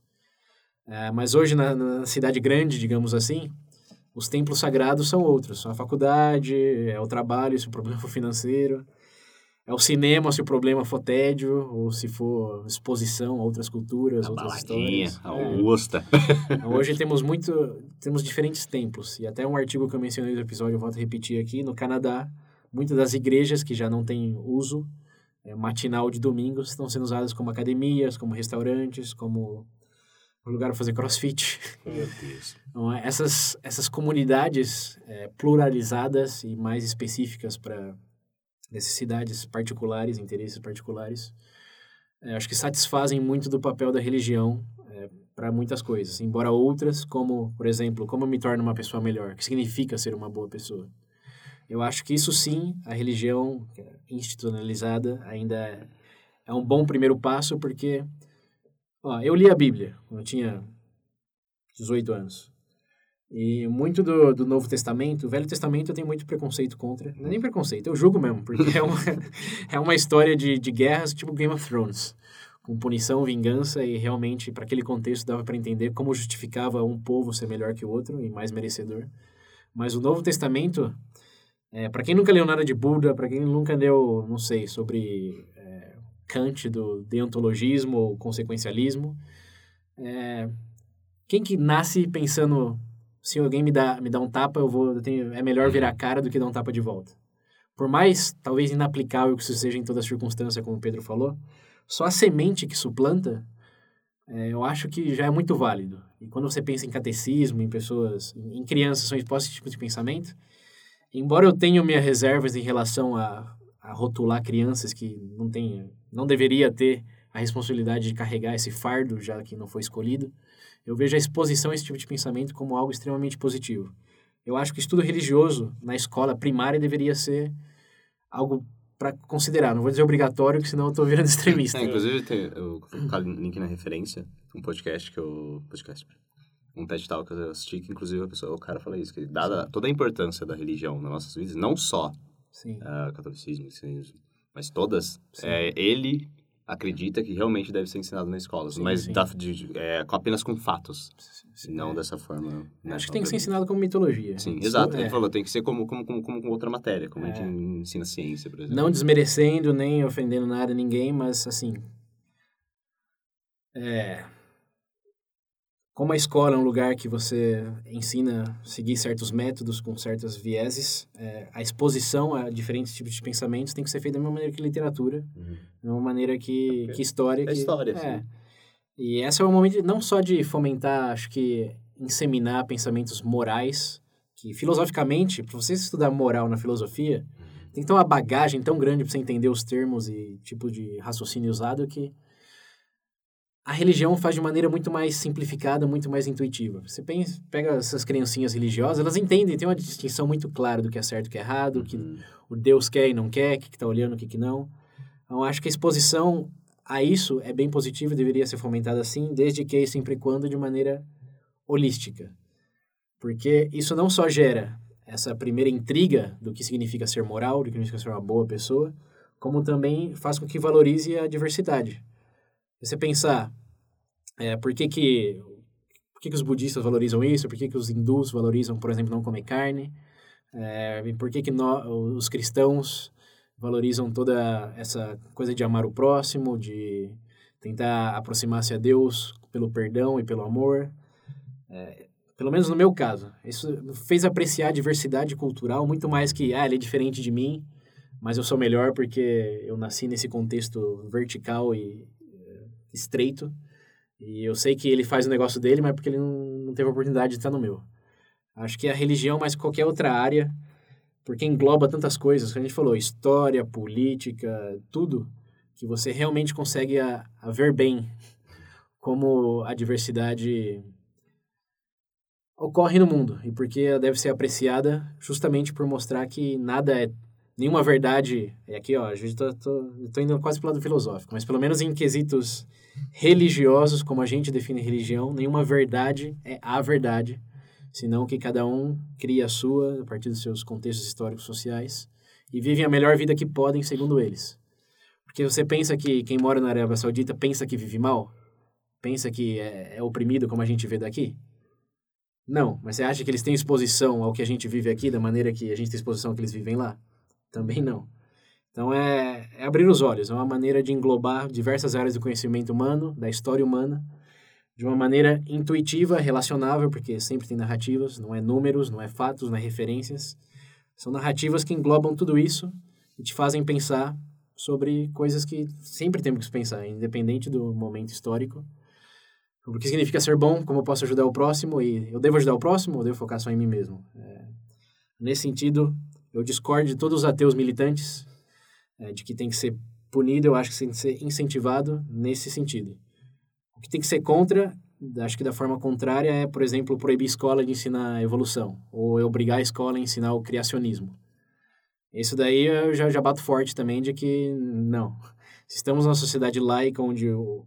É, mas hoje, na, na cidade grande, digamos assim, os templos sagrados são outros. São a faculdade, é o trabalho, se o problema for financeiro, é o cinema, se o problema for tédio, ou se for exposição a outras culturas, A outras baladinha, histórias. a É. Augusta. Então, hoje temos muito, temos diferentes templos. E até um artigo que eu mencionei no episódio, eu volto a repetir aqui, no Canadá, muitas das igrejas que já não têm uso é, matinal de domingos estão sendo usadas como academias, como restaurantes, como um lugar para fazer crossfit. Meu Deus. Então, essas, essas comunidades é, pluralizadas e mais específicas para necessidades particulares, interesses particulares, é, acho que satisfazem muito do papel da religião é, para muitas coisas. Embora outras, como, por exemplo, como eu me torno uma pessoa melhor, o que significa ser uma boa pessoa. Eu acho que isso sim, a religião institucionalizada ainda é, é um bom primeiro passo, porque ó, eu li a Bíblia quando eu tinha dezoito anos. E muito do, do Novo Testamento, o Velho Testamento eu tenho muito preconceito contra. Não é nem preconceito, eu julgo mesmo, porque é uma, é uma história de, de guerras tipo Game of Thrones, com punição, vingança, e realmente, para aquele contexto, dava para entender como justificava um povo ser melhor que o outro e mais merecedor. Mas o Novo Testamento, é, para quem nunca leu nada de Buda, para quem nunca leu, não sei, sobre é, Kant, do deontologismo ou consequencialismo, é, quem que nasce pensando... Se alguém me dá, me dá um tapa, eu vou, eu tenho, é melhor virar a cara do que dar um tapa de volta. Por mais, talvez, inaplicável que isso seja em toda circunstância, como o Pedro falou, só a semente que suplanta, é, eu acho que já é muito válido. E quando você pensa em catecismo, em pessoas, em crianças, são expostas a esse tipo de pensamento, embora eu tenha minhas reservas em relação a, a rotular crianças que não, tem, não deveria ter a responsabilidade de carregar esse fardo, já que não foi escolhido, eu vejo a exposição a esse tipo de pensamento como algo extremamente positivo. Eu acho que o estudo religioso na escola primária deveria ser algo para considerar. Não vou dizer obrigatório, porque senão eu estou virando extremista. É, inclusive, tem, eu vou colocar link na referência, um podcast que eu... podcast, um TED Talk que eu assisti, que inclusive a pessoa, o cara fala isso, que dada toda a importância da religião nas nossas vidas, não só Sim. uh, catolicismo, cristianismo, mas todas, é, ele... acredita que realmente deve ser ensinado na escola, Sim, mas sim. Da, de, é, com, apenas com fatos, Sim, não é. dessa forma. Né, Acho que tem que ser ensinado como mitologia. Sim, Isso, exato. é. Ele falou, tem que ser como, como, como, como outra matéria, como É. a gente ensina ciência, por exemplo. Não desmerecendo, nem ofendendo nada, ninguém, mas assim... É... como a escola é um lugar que você ensina a seguir certos métodos com certas vieses, é, a exposição a diferentes tipos de pensamentos tem que ser feita da mesma maneira que literatura, Uhum. da mesma maneira que, que história. É que, história, é. sim. E esse é o momento, de, não só de fomentar, acho que, inseminar pensamentos morais, que filosoficamente, para você estudar moral na filosofia, tem que ter uma bagagem tão grande para você entender os termos e tipo de raciocínio usado que a religião faz de maneira muito mais simplificada, muito mais intuitiva. Você pensa, pega essas criancinhas religiosas, elas entendem, tem uma distinção muito clara do que é certo e o que é errado, o que Uhum. o Deus quer e não quer, o que está olhando, o que, que não. Então, acho que a exposição a isso é bem positiva, deveria ser fomentada assim, desde que, sempre e quando, de maneira holística. Porque isso não só gera essa primeira intriga do que significa ser moral, do que significa ser uma boa pessoa, como também faz com que valorize a diversidade. Você pensar, é, por que que, por que que os budistas valorizam isso, por que que os hindus valorizam, por exemplo, não comer carne, é, e por que que nós, os cristãos valorizam toda essa coisa de amar o próximo, de tentar aproximar-se a Deus pelo perdão e pelo amor. É, pelo menos no meu caso, isso fez apreciar a diversidade cultural muito mais que, ah, ele é diferente de mim, mas eu sou melhor porque eu nasci nesse contexto vertical e estreito, e eu sei que ele faz o negócio dele, mas porque ele não, não teve a oportunidade de estar no meu. Acho que a religião, mais que qualquer outra área, porque engloba tantas coisas, que a gente falou, história, política, tudo, que você realmente consegue a, a ver bem como a diversidade ocorre no mundo, e porque ela deve ser apreciada justamente por mostrar que nada é, nenhuma verdade, é aqui ó, a gente tô, tô, tô indo quase pro lado filosófico, mas pelo menos em quesitos religiosos, como a gente define religião, nenhuma verdade é a verdade, senão que cada um cria a sua, a partir dos seus contextos históricos sociais, e vivem a melhor vida que podem, segundo eles. Porque você pensa que quem mora na Arábia Saudita pensa que vive mal? Pensa que é, é oprimido como a gente vê daqui? Não, mas você acha que eles têm exposição ao que a gente vive aqui, da maneira que a gente tem exposição ao que eles vivem lá? Também não. Então, é, é abrir os olhos, é uma maneira de englobar diversas áreas do conhecimento humano, da história humana, de uma maneira intuitiva, relacionável, porque sempre tem narrativas, não é números, não é fatos, não é referências. São narrativas que englobam tudo isso e te fazem pensar sobre coisas que sempre temos que pensar, independente do momento histórico. O que significa ser bom, como eu posso ajudar o próximo, e eu devo ajudar o próximo ou devo focar só em mim mesmo? É, nesse sentido, eu discordo de todos os ateus militantes, é, de que tem que ser punido, eu acho que tem que ser incentivado nesse sentido. O que tem que ser contra, acho que da forma contrária, é, por exemplo, proibir a escola de ensinar a evolução, ou obrigar a escola a ensinar o criacionismo. Isso daí eu já, já bato forte também de que, não. Se estamos numa sociedade laica onde o,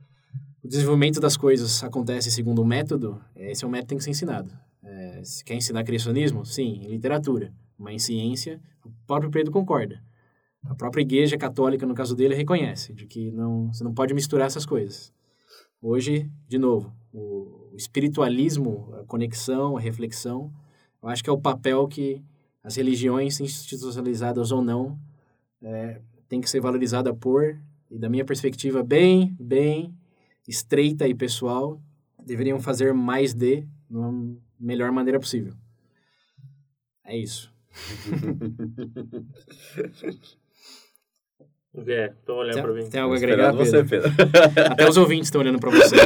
o desenvolvimento das coisas acontece segundo um método, esse é um método que tem que ser ensinado. É, se quer ensinar criacionismo? Sim, em literatura. Mas em ciência, o próprio Pedro concorda. A própria igreja católica, no caso dele, reconhece de que não, você não pode misturar essas coisas. Hoje, de novo, o espiritualismo, a conexão, a reflexão, eu acho que é o papel que as religiões, institucionalizadas ou não, é, tem que ser valorizada por, e da minha perspectiva, bem, bem estreita e pessoal, deveriam fazer mais de, uma melhor maneira possível. É isso. É, tô olhando tem, pra mim. Tem algo a agregar, Pedro? Você, Pedro? Até os ouvintes estão olhando pra você.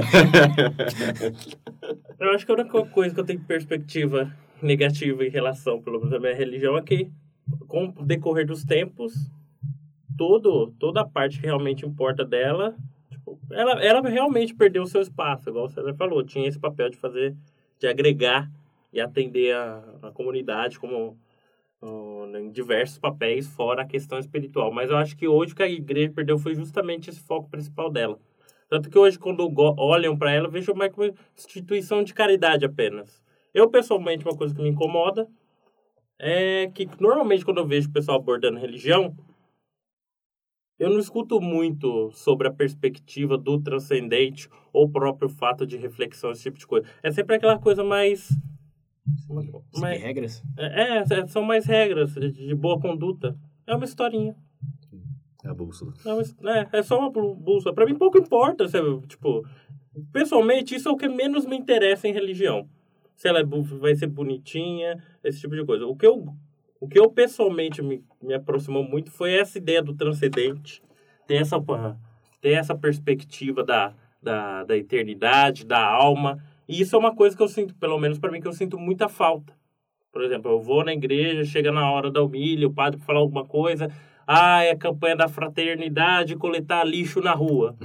Eu acho que a única coisa que eu tenho perspectiva negativa em relação, pelo menos, à minha religião é que, com o decorrer dos tempos, todo, toda a parte que realmente importa dela, tipo, ela, ela realmente perdeu o seu espaço, igual o César falou. Tinha esse papel de fazer, de agregar e atender a, a comunidade como... em diversos papéis, fora a questão espiritual. Mas eu acho que hoje o que a igreja perdeu foi justamente esse foco principal dela. Tanto que hoje, quando olham para ela, eu vejo mais como uma instituição de caridade apenas. Eu, pessoalmente, uma coisa que me incomoda é que, normalmente, quando eu vejo o pessoal abordando religião, eu não escuto muito sobre a perspectiva do transcendente ou o próprio fato de reflexão, esse tipo de coisa. É sempre aquela coisa mais... Seguir regras? É, é, são mais regras de boa conduta. É uma historinha. É a bússola. É, uma, é, é só uma bússola. Pra mim, pouco importa se, tipo, Pessoalmente, isso é o que menos me interessa em religião. Se ela é, vai ser bonitinha, esse tipo de coisa. O que eu, o que eu pessoalmente me, me aproximou muito foi essa ideia do transcendente, ter essa, ter essa perspectiva da, da, da eternidade, da alma. E isso é uma coisa que eu sinto, pelo menos para mim, que eu sinto muita falta. Por exemplo, eu vou na igreja, chega na hora da humilha, o padre fala alguma coisa, ah, é a campanha da fraternidade, coletar lixo na rua.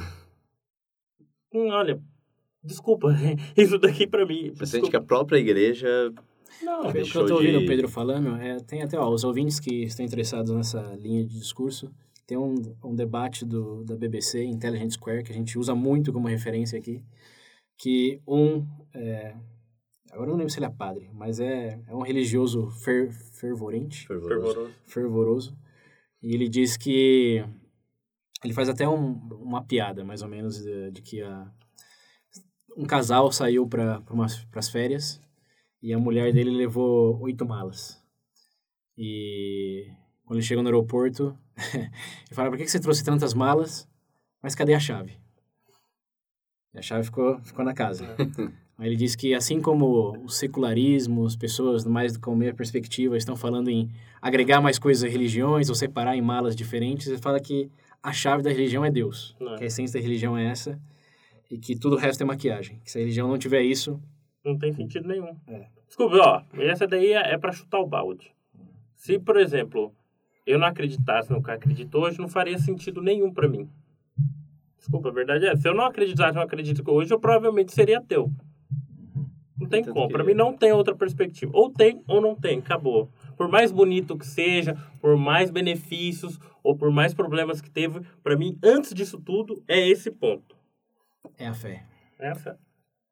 hum, olha, desculpa, isso daqui para mim... Você sente que a própria igreja... Não, pelo que eu estou ouvindo de... o Pedro falando, é, tem até ó, os ouvintes que estão interessados nessa linha de discurso, tem um, um debate do, da B B C, Intelligence Square, que a gente usa muito como referência aqui, que um... É, agora eu não lembro se ele é padre, mas é, é um religioso fer, fervorente, fervoroso. fervoroso. E ele diz que... Ele faz até um, uma piada, mais ou menos, de, de que a, um casal saiu para as férias e a mulher dele levou oito malas. E quando ele chegou no aeroporto, ele fala, por que você trouxe tantas malas? Mas cadê a chave? E a chave ficou, ficou na casa. Aí ele diz que assim como o secularismo, as pessoas mais com a minha perspectiva estão falando em agregar mais coisas a religiões ou separar em malas diferentes, ele fala que a chave da religião é Deus, não. Que a essência da religião é essa e que tudo o resto é maquiagem. Que se a religião não tiver isso... Não tem sentido nenhum. É. Desculpa, ó, essa daí é, é para chutar o balde. Se, por exemplo, eu não acreditasse no que acredito hoje, não faria sentido nenhum para mim. Desculpa, a verdade é, se eu não acreditasse, não acredito que hoje, eu provavelmente seria ateu. Não tem como. Para mim não tem outra perspectiva. Ou tem ou não tem. Acabou. Por mais bonito que seja, por mais benefícios ou por mais problemas que teve, para mim, antes disso tudo, é esse ponto. É a fé. É a fé.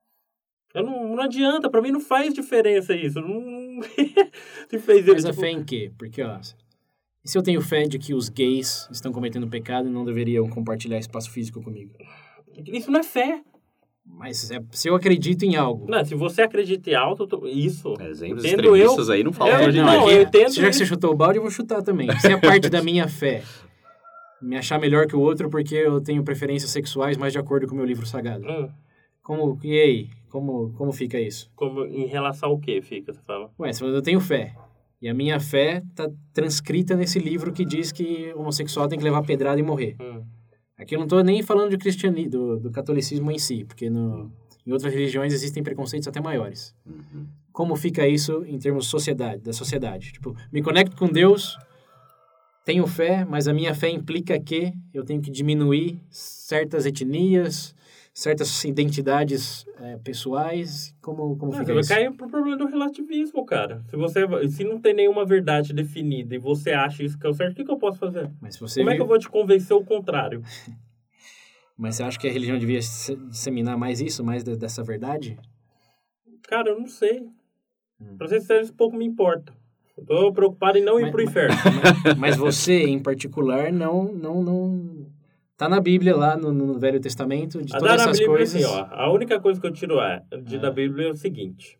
Eu não, não adianta. Para mim não faz diferença isso. Não... Se fez Mas ele, a tipo... fé em quê? Porque, ó... E se eu tenho fé de que os gays estão cometendo pecado e não deveriam compartilhar espaço físico comigo? Isso não é fé. Mas é, se eu acredito em algo... Não, se você acredita em algo, tô... isso. Exemplos extremistas eu... aí não falam. Eu, não, não, eu entendo. Se já que você chutou o balde, eu vou chutar também. Se é parte da minha fé, me achar melhor que o outro porque eu tenho preferências sexuais mais de acordo com o meu livro sagrado. Hum. Como, e aí? Como, como fica isso? Como, em relação ao que fica, você fala? Ué, se eu tenho fé, e a minha fé está transcrita nesse livro que diz que o homossexual tem que levar pedrada e morrer. Hum. Aqui eu não estou nem falando de cristianismo, do, do catolicismo em si, porque no, em outras religiões existem preconceitos até maiores. Uhum. Como fica isso em termos de sociedade, da sociedade? Tipo, me conecto com Deus, tenho fé, mas a minha fé implica que eu tenho que diminuir certas etnias, certas identidades é, pessoais. Como, como não, fica você isso? vai cair pro problema do relativismo, cara. Se você se não tem nenhuma verdade definida e você acha isso que é o certo, o que, que eu posso fazer? Mas se você Como vir... é que eu vou te convencer o contrário? Mas você acha que a religião devia disseminar mais isso, mais de, dessa verdade? Cara, eu não sei. Hum. Pra ser sincero, isso pouco me importa. Eu tô preocupado em não mas, ir pro inferno. Mas, mas você, em particular, não... não, não... Tá na Bíblia, lá no, no Velho Testamento, de a todas essas Bíblia, coisas... Assim, ó, a única coisa que eu tiro é, de, é. da Bíblia é o seguinte.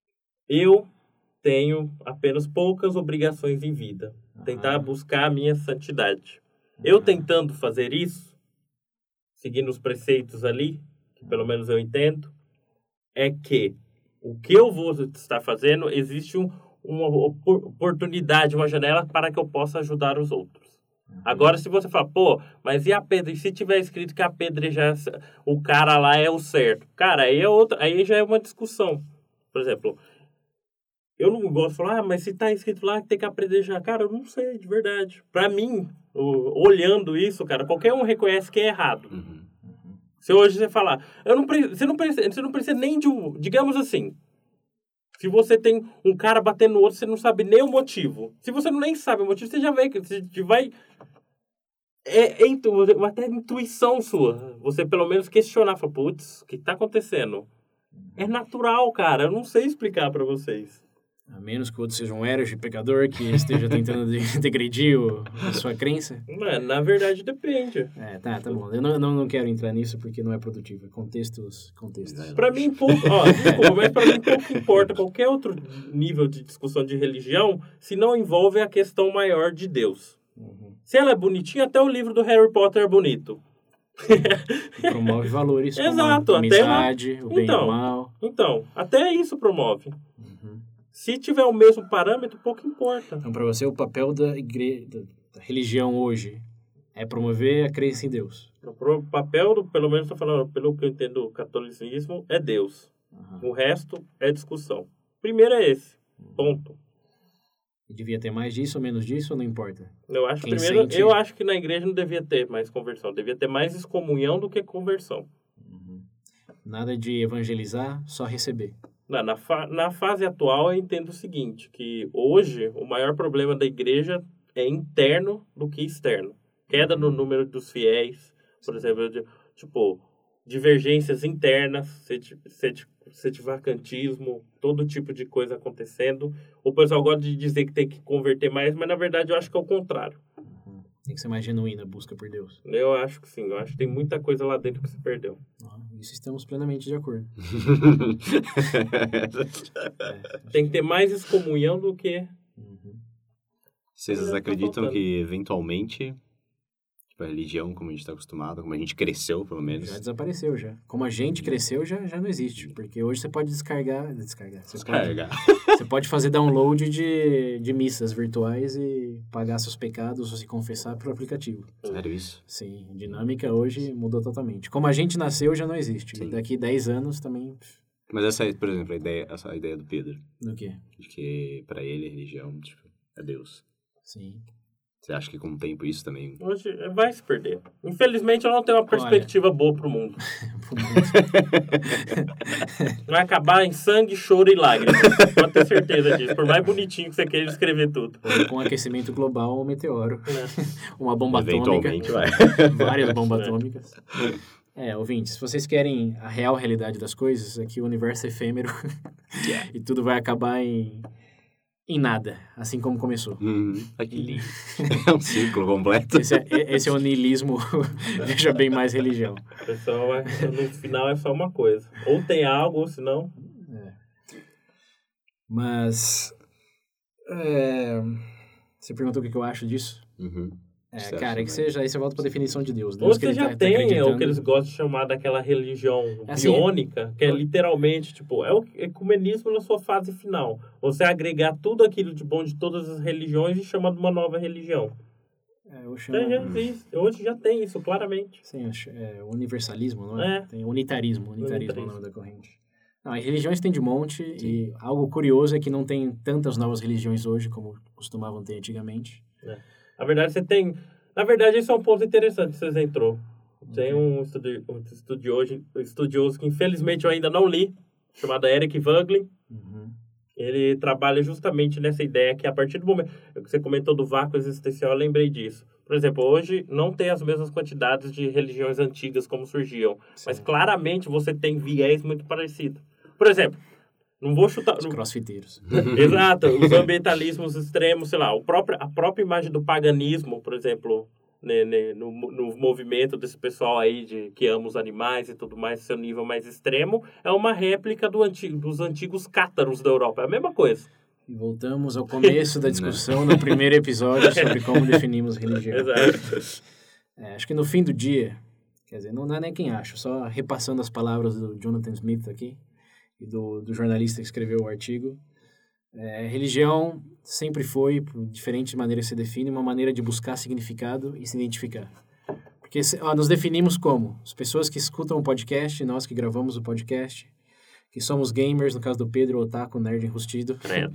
Eu tenho apenas poucas obrigações em vida. Ah. Tentar buscar a minha santidade. Ah. Eu tentando fazer isso, seguindo os preceitos ali, que pelo menos eu entendo, é que o que eu vou estar fazendo, existe um, uma oportunidade, uma janela para que eu possa ajudar os outros. Agora, se você fala, pô, mas e a pedra? E se tiver escrito que apedrejar o cara lá é o certo? Cara, aí, é outra, aí já é uma discussão. Por exemplo, eu não gosto de falar, ah, mas se tá escrito lá que tem que apedrejar. Cara, eu não sei, de verdade. Pra mim, o, olhando isso, cara, qualquer um reconhece que é errado. Uhum. Se hoje você falar, eu não, você, não precisa, você não precisa nem de um, digamos assim, se você tem um cara batendo no outro, você não sabe nem o motivo. Se você não nem sabe o motivo, você já vê que você vai... É, é intu, até intuição sua. Você pelo menos questionar. Fala, putz, o que tá acontecendo? É natural, cara. Eu não sei explicar pra vocês. A menos que o outro seja um herege pecador que esteja tentando degredir o, a sua crença. Mas, na verdade, depende. É, tá, tá bom. Eu não, não, não quero entrar nisso porque não é produtivo. É contextos, contextos. Pra mim, pouco... Ó, desculpa, mas pra mim pouco importa qualquer outro nível de discussão de religião se não envolve a questão maior de Deus. Uhum. Se ela é bonitinha, até o livro do Harry Potter é bonito. Promove valores como Exato, a até amizade, uma... o bem então, e o mal. Então, até isso promove. Uhum. Se tiver o mesmo parâmetro, pouco importa. Então, para você, o papel da, igre... da religião hoje é promover a crença em Deus. O papel, do, pelo menos estou falando, pelo que eu entendo do catolicismo, é Deus. Uhum. O resto é discussão. Primeiro é esse. Ponto. E devia ter mais disso ou menos disso, ou não importa? Eu acho, Quem primeiro, sente... eu acho que na igreja não devia ter mais conversão. Devia ter mais excomunhão do que conversão. Uhum. Nada de evangelizar, só receber. Na, na, fa, na fase atual, eu entendo o seguinte, que hoje o maior problema da igreja é interno do que externo. Queda no número dos fiéis, por exemplo, de, tipo, divergências internas, setivacantismo, todo tipo de coisa acontecendo. O pessoal gosta de dizer que tem que converter mais, mas na verdade eu acho que é o contrário. Uhum. Tem que ser mais genuína a busca por Deus. Eu acho que sim, eu acho que tem muita coisa lá dentro que se perdeu. Uhum. Isso estamos plenamente de acordo. é, tem que ter mais excomunhão do que... Uhum. Vocês acreditam tá que eventualmente... a religião, como a gente está acostumado, como a gente cresceu, pelo menos. Já desapareceu, já. Como a gente cresceu, já, já não existe. Porque hoje você pode descargar... Descargar. Você Descargar. Pode, você pode fazer download de, de missas virtuais e pagar seus pecados ou se confessar pelo aplicativo. Sério isso? Sim. A dinâmica hoje mudou totalmente. Como a gente nasceu, já não existe. Sim. Daqui dez anos também... Mas essa é, por exemplo, a ideia, essa ideia do Pedro. Do quê? De que, para ele, a religião, tipo, é Deus. Sim. Você acha que com o tempo isso também... Hoje vai se perder. Infelizmente, eu não tenho uma perspectiva Olha. boa pro mundo. Vai acabar em sangue, choro e lágrimas. Pode ter certeza disso. Por mais bonitinho que você queira escrever tudo. Ou com aquecimento global, um meteoro. É. Uma bomba Eventualmente atômica. Vai. Várias bombas é. atômicas. É, ouvintes, se vocês querem a real realidade das coisas, aqui o universo é efêmero. Yeah. E tudo vai acabar em... em nada, assim como começou. Uhum. Aqui. É um ciclo completo. Esse é, esse é o niilismo, veja bem mais religião. Pessoal, no final é só uma coisa. Ou tem algo, ou senão... É. Mas... É, você perguntou o que eu acho disso? Uhum. É, você cara, que seja, aí você volta para a definição de Deus. Deus Ou você que já tá, tem tá o que eles gostam de chamar daquela religião é assim, biônica, que é literalmente, tipo, é o ecumenismo na sua fase final. Você agregar tudo aquilo de bom de todas as religiões e chamar de uma nova religião. É, eu chamo... já, já existe. Hoje já tem isso, claramente. Sim, é universalismo, não é? é. Tem unitarismo, unitarismo, unitarismo é o nome da corrente. Não, as religiões tem de monte. Sim. E algo curioso é que não tem tantas novas religiões hoje como costumavam ter antigamente. É. Na verdade, você tem... Na verdade, esse é um ponto interessante que vocês entrou. Tem um, estudi... um estudioso, estudioso que, infelizmente, eu ainda não li, chamado Eric Voegelin. Uhum. Ele trabalha justamente nessa ideia que, a partir do momento que você comentou do vácuo existencial, eu lembrei disso. Por exemplo, hoje não tem as mesmas quantidades de religiões antigas como surgiam. Sim. Mas, claramente, você tem viés muito parecidos. Por exemplo... Não vou chutar... Os crossfiteiros. Exato. Os ambientalismos extremos, sei lá, o próprio, a própria imagem do paganismo, por exemplo, né, né, no, no movimento desse pessoal aí de, que ama os animais e tudo mais, seu nível mais extremo, é uma réplica do antigo, dos antigos cátaros da Europa. É a mesma coisa. E voltamos ao começo da discussão no primeiro episódio sobre como definimos religião. Exato. É, acho que no fim do dia, quer dizer, não é nem quem acha, só repassando as palavras do Jonathan Smith aqui, e do, do jornalista que escreveu o artigo, é, religião sempre foi, por diferentes maneiras que se define, uma maneira de buscar significado e se identificar. Porque ó, nos definimos como as pessoas que escutam o podcast, nós que gravamos o podcast, que somos gamers, no caso do Pedro, otaku, nerd enrustido. Credo.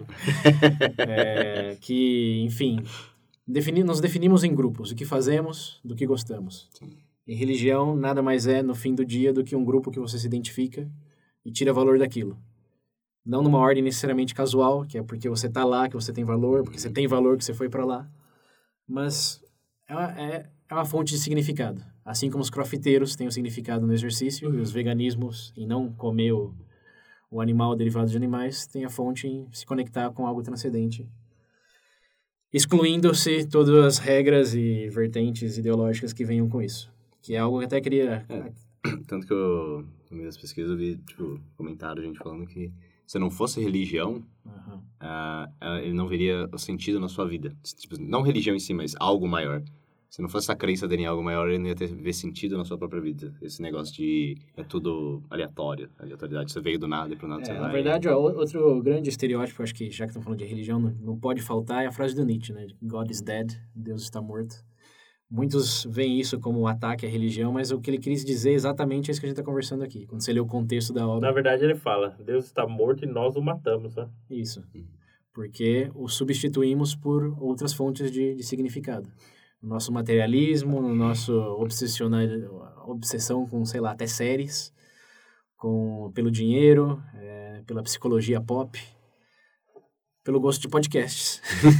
É, que, enfim, defini, nos definimos em grupos, o que fazemos, do que gostamos. Sim. E religião nada mais é, no fim do dia, do que um grupo que você se identifica e tira valor daquilo. Não numa ordem necessariamente casual, que é porque você tá lá, que você tem valor, porque você tem valor que você foi para lá. Mas é uma, é, é uma fonte de significado. Assim como os crossfiteiros têm um significado no exercício, e os veganismos em não comer o, o animal derivado de animais, tem a fonte em se conectar com algo transcendente. Excluindo-se todas as regras e vertentes ideológicas que venham com isso. Que é algo que eu até queria... É, tanto que eu... No meio das pesquisas eu vi, tipo, comentário, gente falando que se não fosse religião, uhum. uh, uh, ele não veria o sentido na sua vida. Tipo, não religião em si, mas algo maior. Se não fosse essa crença dele em algo maior, ele não ia ter ver sentido na sua própria vida. Esse negócio de é tudo aleatório, aleatoriedade. Você veio do nada e pro nada É, você na vai. verdade, ó, outro grande estereótipo, acho que já que estão falando de religião, não, não pode faltar, é a frase do Nietzsche, né? God is dead, Deus está morto. Muitos veem isso como um ataque à religião, mas o que ele quis dizer exatamente é isso que a gente está conversando aqui. Quando você lê o contexto da obra... Na verdade, ele fala, Deus está morto e nós o matamos, né? Isso. Porque o substituímos por outras fontes de, de significado. No nosso materialismo, no nosso obsessional, obsessão com, sei lá, até séries, com, pelo dinheiro, é, pela psicologia pop, pelo gosto de podcasts.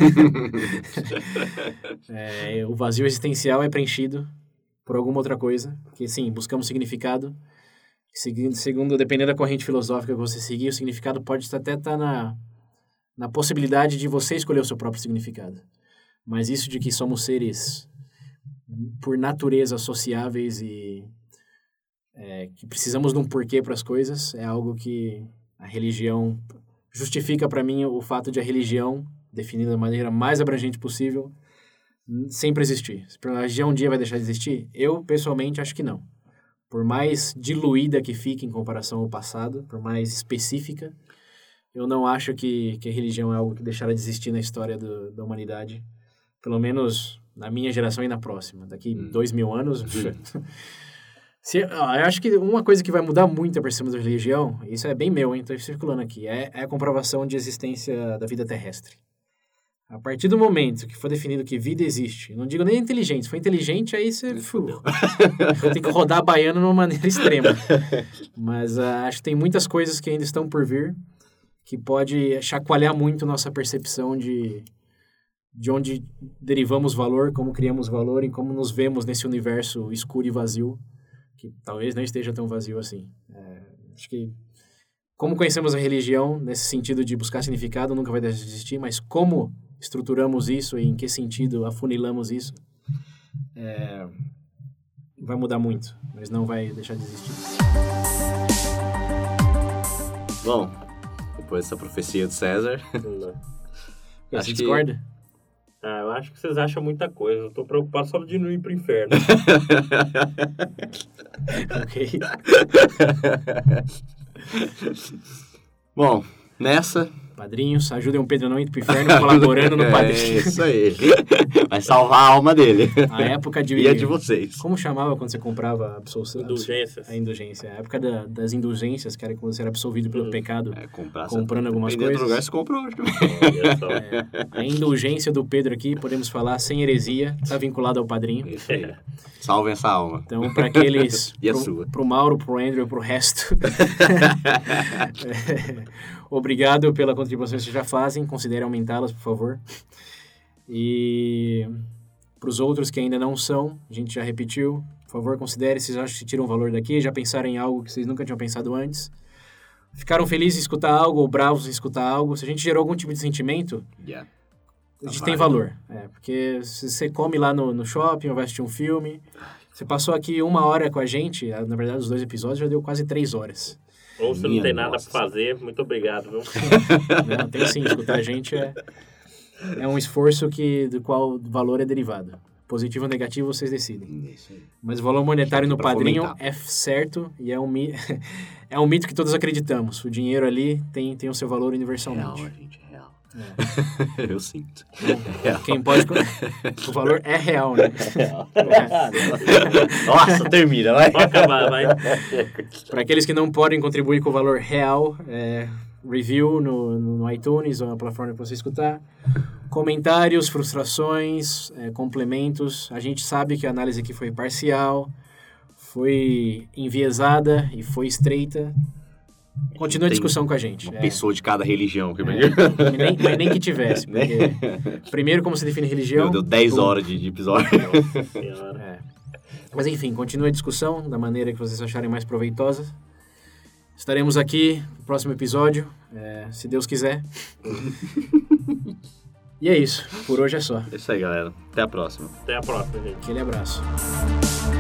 é, o vazio existencial é preenchido por alguma outra coisa, que sim, buscamos significado. Segundo, segundo, dependendo da corrente filosófica que você seguir, o significado pode até estar na, na possibilidade de você escolher o seu próprio significado. Mas isso de que somos seres, por natureza, sociáveis e é, que precisamos de um porquê para as coisas, é algo que a religião justifica para mim o fato de a religião, definida da maneira mais abrangente possível, sempre existir. Se a religião um dia vai deixar de existir, eu, pessoalmente, acho que não. Por mais diluída que fique em comparação ao passado, por mais específica, eu não acho que, que a religião é algo que deixará de existir na história do, da humanidade. Pelo menos na minha geração e na próxima. Daqui hum. dois mil anos... Se, ó, eu acho que uma coisa que vai mudar muito a percepção da religião, isso é bem meu, hein? Estou circulando aqui, é, é a comprovação de existência da vida terrestre. A partir do momento que for definido que vida existe, não digo nem inteligente, se for inteligente, aí você... tem que rodar a baiana de uma maneira extrema. Mas uh, acho que tem muitas coisas que ainda estão por vir, que pode chacoalhar muito nossa percepção de... de onde derivamos valor, como criamos valor e como nos vemos nesse universo escuro e vazio, que talvez não esteja tão vazio assim. É, acho que como conhecemos a religião, nesse sentido de buscar significado, nunca vai deixar de existir, mas como estruturamos isso e em que sentido afunilamos isso, é, vai mudar muito, mas não vai deixar de existir. Bom, depois dessa profecia de César... Você acho discorda? Que... Ah, eu acho que vocês acham muita coisa. Eu tô preocupado só de não ir pro inferno. Ok. Bom, nessa... Padrinhos, ajudem o Pedro a não ir pro inferno colaborando no Padrinho. É isso aí. Vai salvar a alma dele. A época de... E a de vocês. Como chamava quando você comprava a absolução? Indulgências. A indulgência. A época da, das indulgências, que era quando você era absolvido pelo hum. pecado. É, comprar, comprando algumas coisas. Em outro lugar você comprou hoje. É, a indulgência do Pedro aqui, podemos falar, sem heresia, está vinculada ao Padrinho. Isso aí. Salvem essa alma. Então, para aqueles... E a pro, sua? Pro Mauro, pro Andrew, pro resto... é, obrigado pela contribuição que vocês já fazem. Considerem aumentá-las, por favor. E para os outros que ainda não são, a gente já repetiu. Por favor, considere se vocês acham que tiram valor daqui. Já pensaram em algo que vocês nunca tinham pensado antes. Ficaram felizes em escutar algo ou bravos em escutar algo. Se a gente gerou algum tipo de sentimento, yeah. a gente tem valor. É, porque se você come lá no, no shopping ou vai assistir um filme, você passou aqui uma hora com a gente. Na verdade, os dois episódios já deu quase três horas. Ou se não tem nada para fazer, muito obrigado, viu? Não, tem sim, escutar a gente é, é um esforço que, do qual o valor é derivado. Positivo ou negativo, vocês decidem. Mas o valor monetário no Padrinho fomentar. É certo e é um, é um mito que todos acreditamos. O dinheiro ali tem, tem o seu valor universalmente. Real, gente, é real. É. Eu sinto. Bom, quem pode... O valor é real, né? Real. Nossa, termina, vai. Pode acabar, vai. Para aqueles que não podem contribuir com o valor real, é, review no, no iTunes ou na plataforma que você escutar. Comentários, frustrações, é, complementos. A gente sabe que a análise aqui foi parcial, foi enviesada e foi estreita. Continua a discussão com a gente. Uma é. pessoa de cada religião. Que é, nem, mas nem que tivesse. Porque, primeiro, como se define religião... Meu, deu dez horas de, de episódio. Nossa Senhora. É. Mas enfim, continua a discussão da maneira que vocês acharem mais proveitosa. Estaremos aqui no próximo episódio, é, se Deus quiser. E é isso. Por hoje é só. É isso aí, galera. Até a próxima. Até a próxima, gente. Aquele abraço.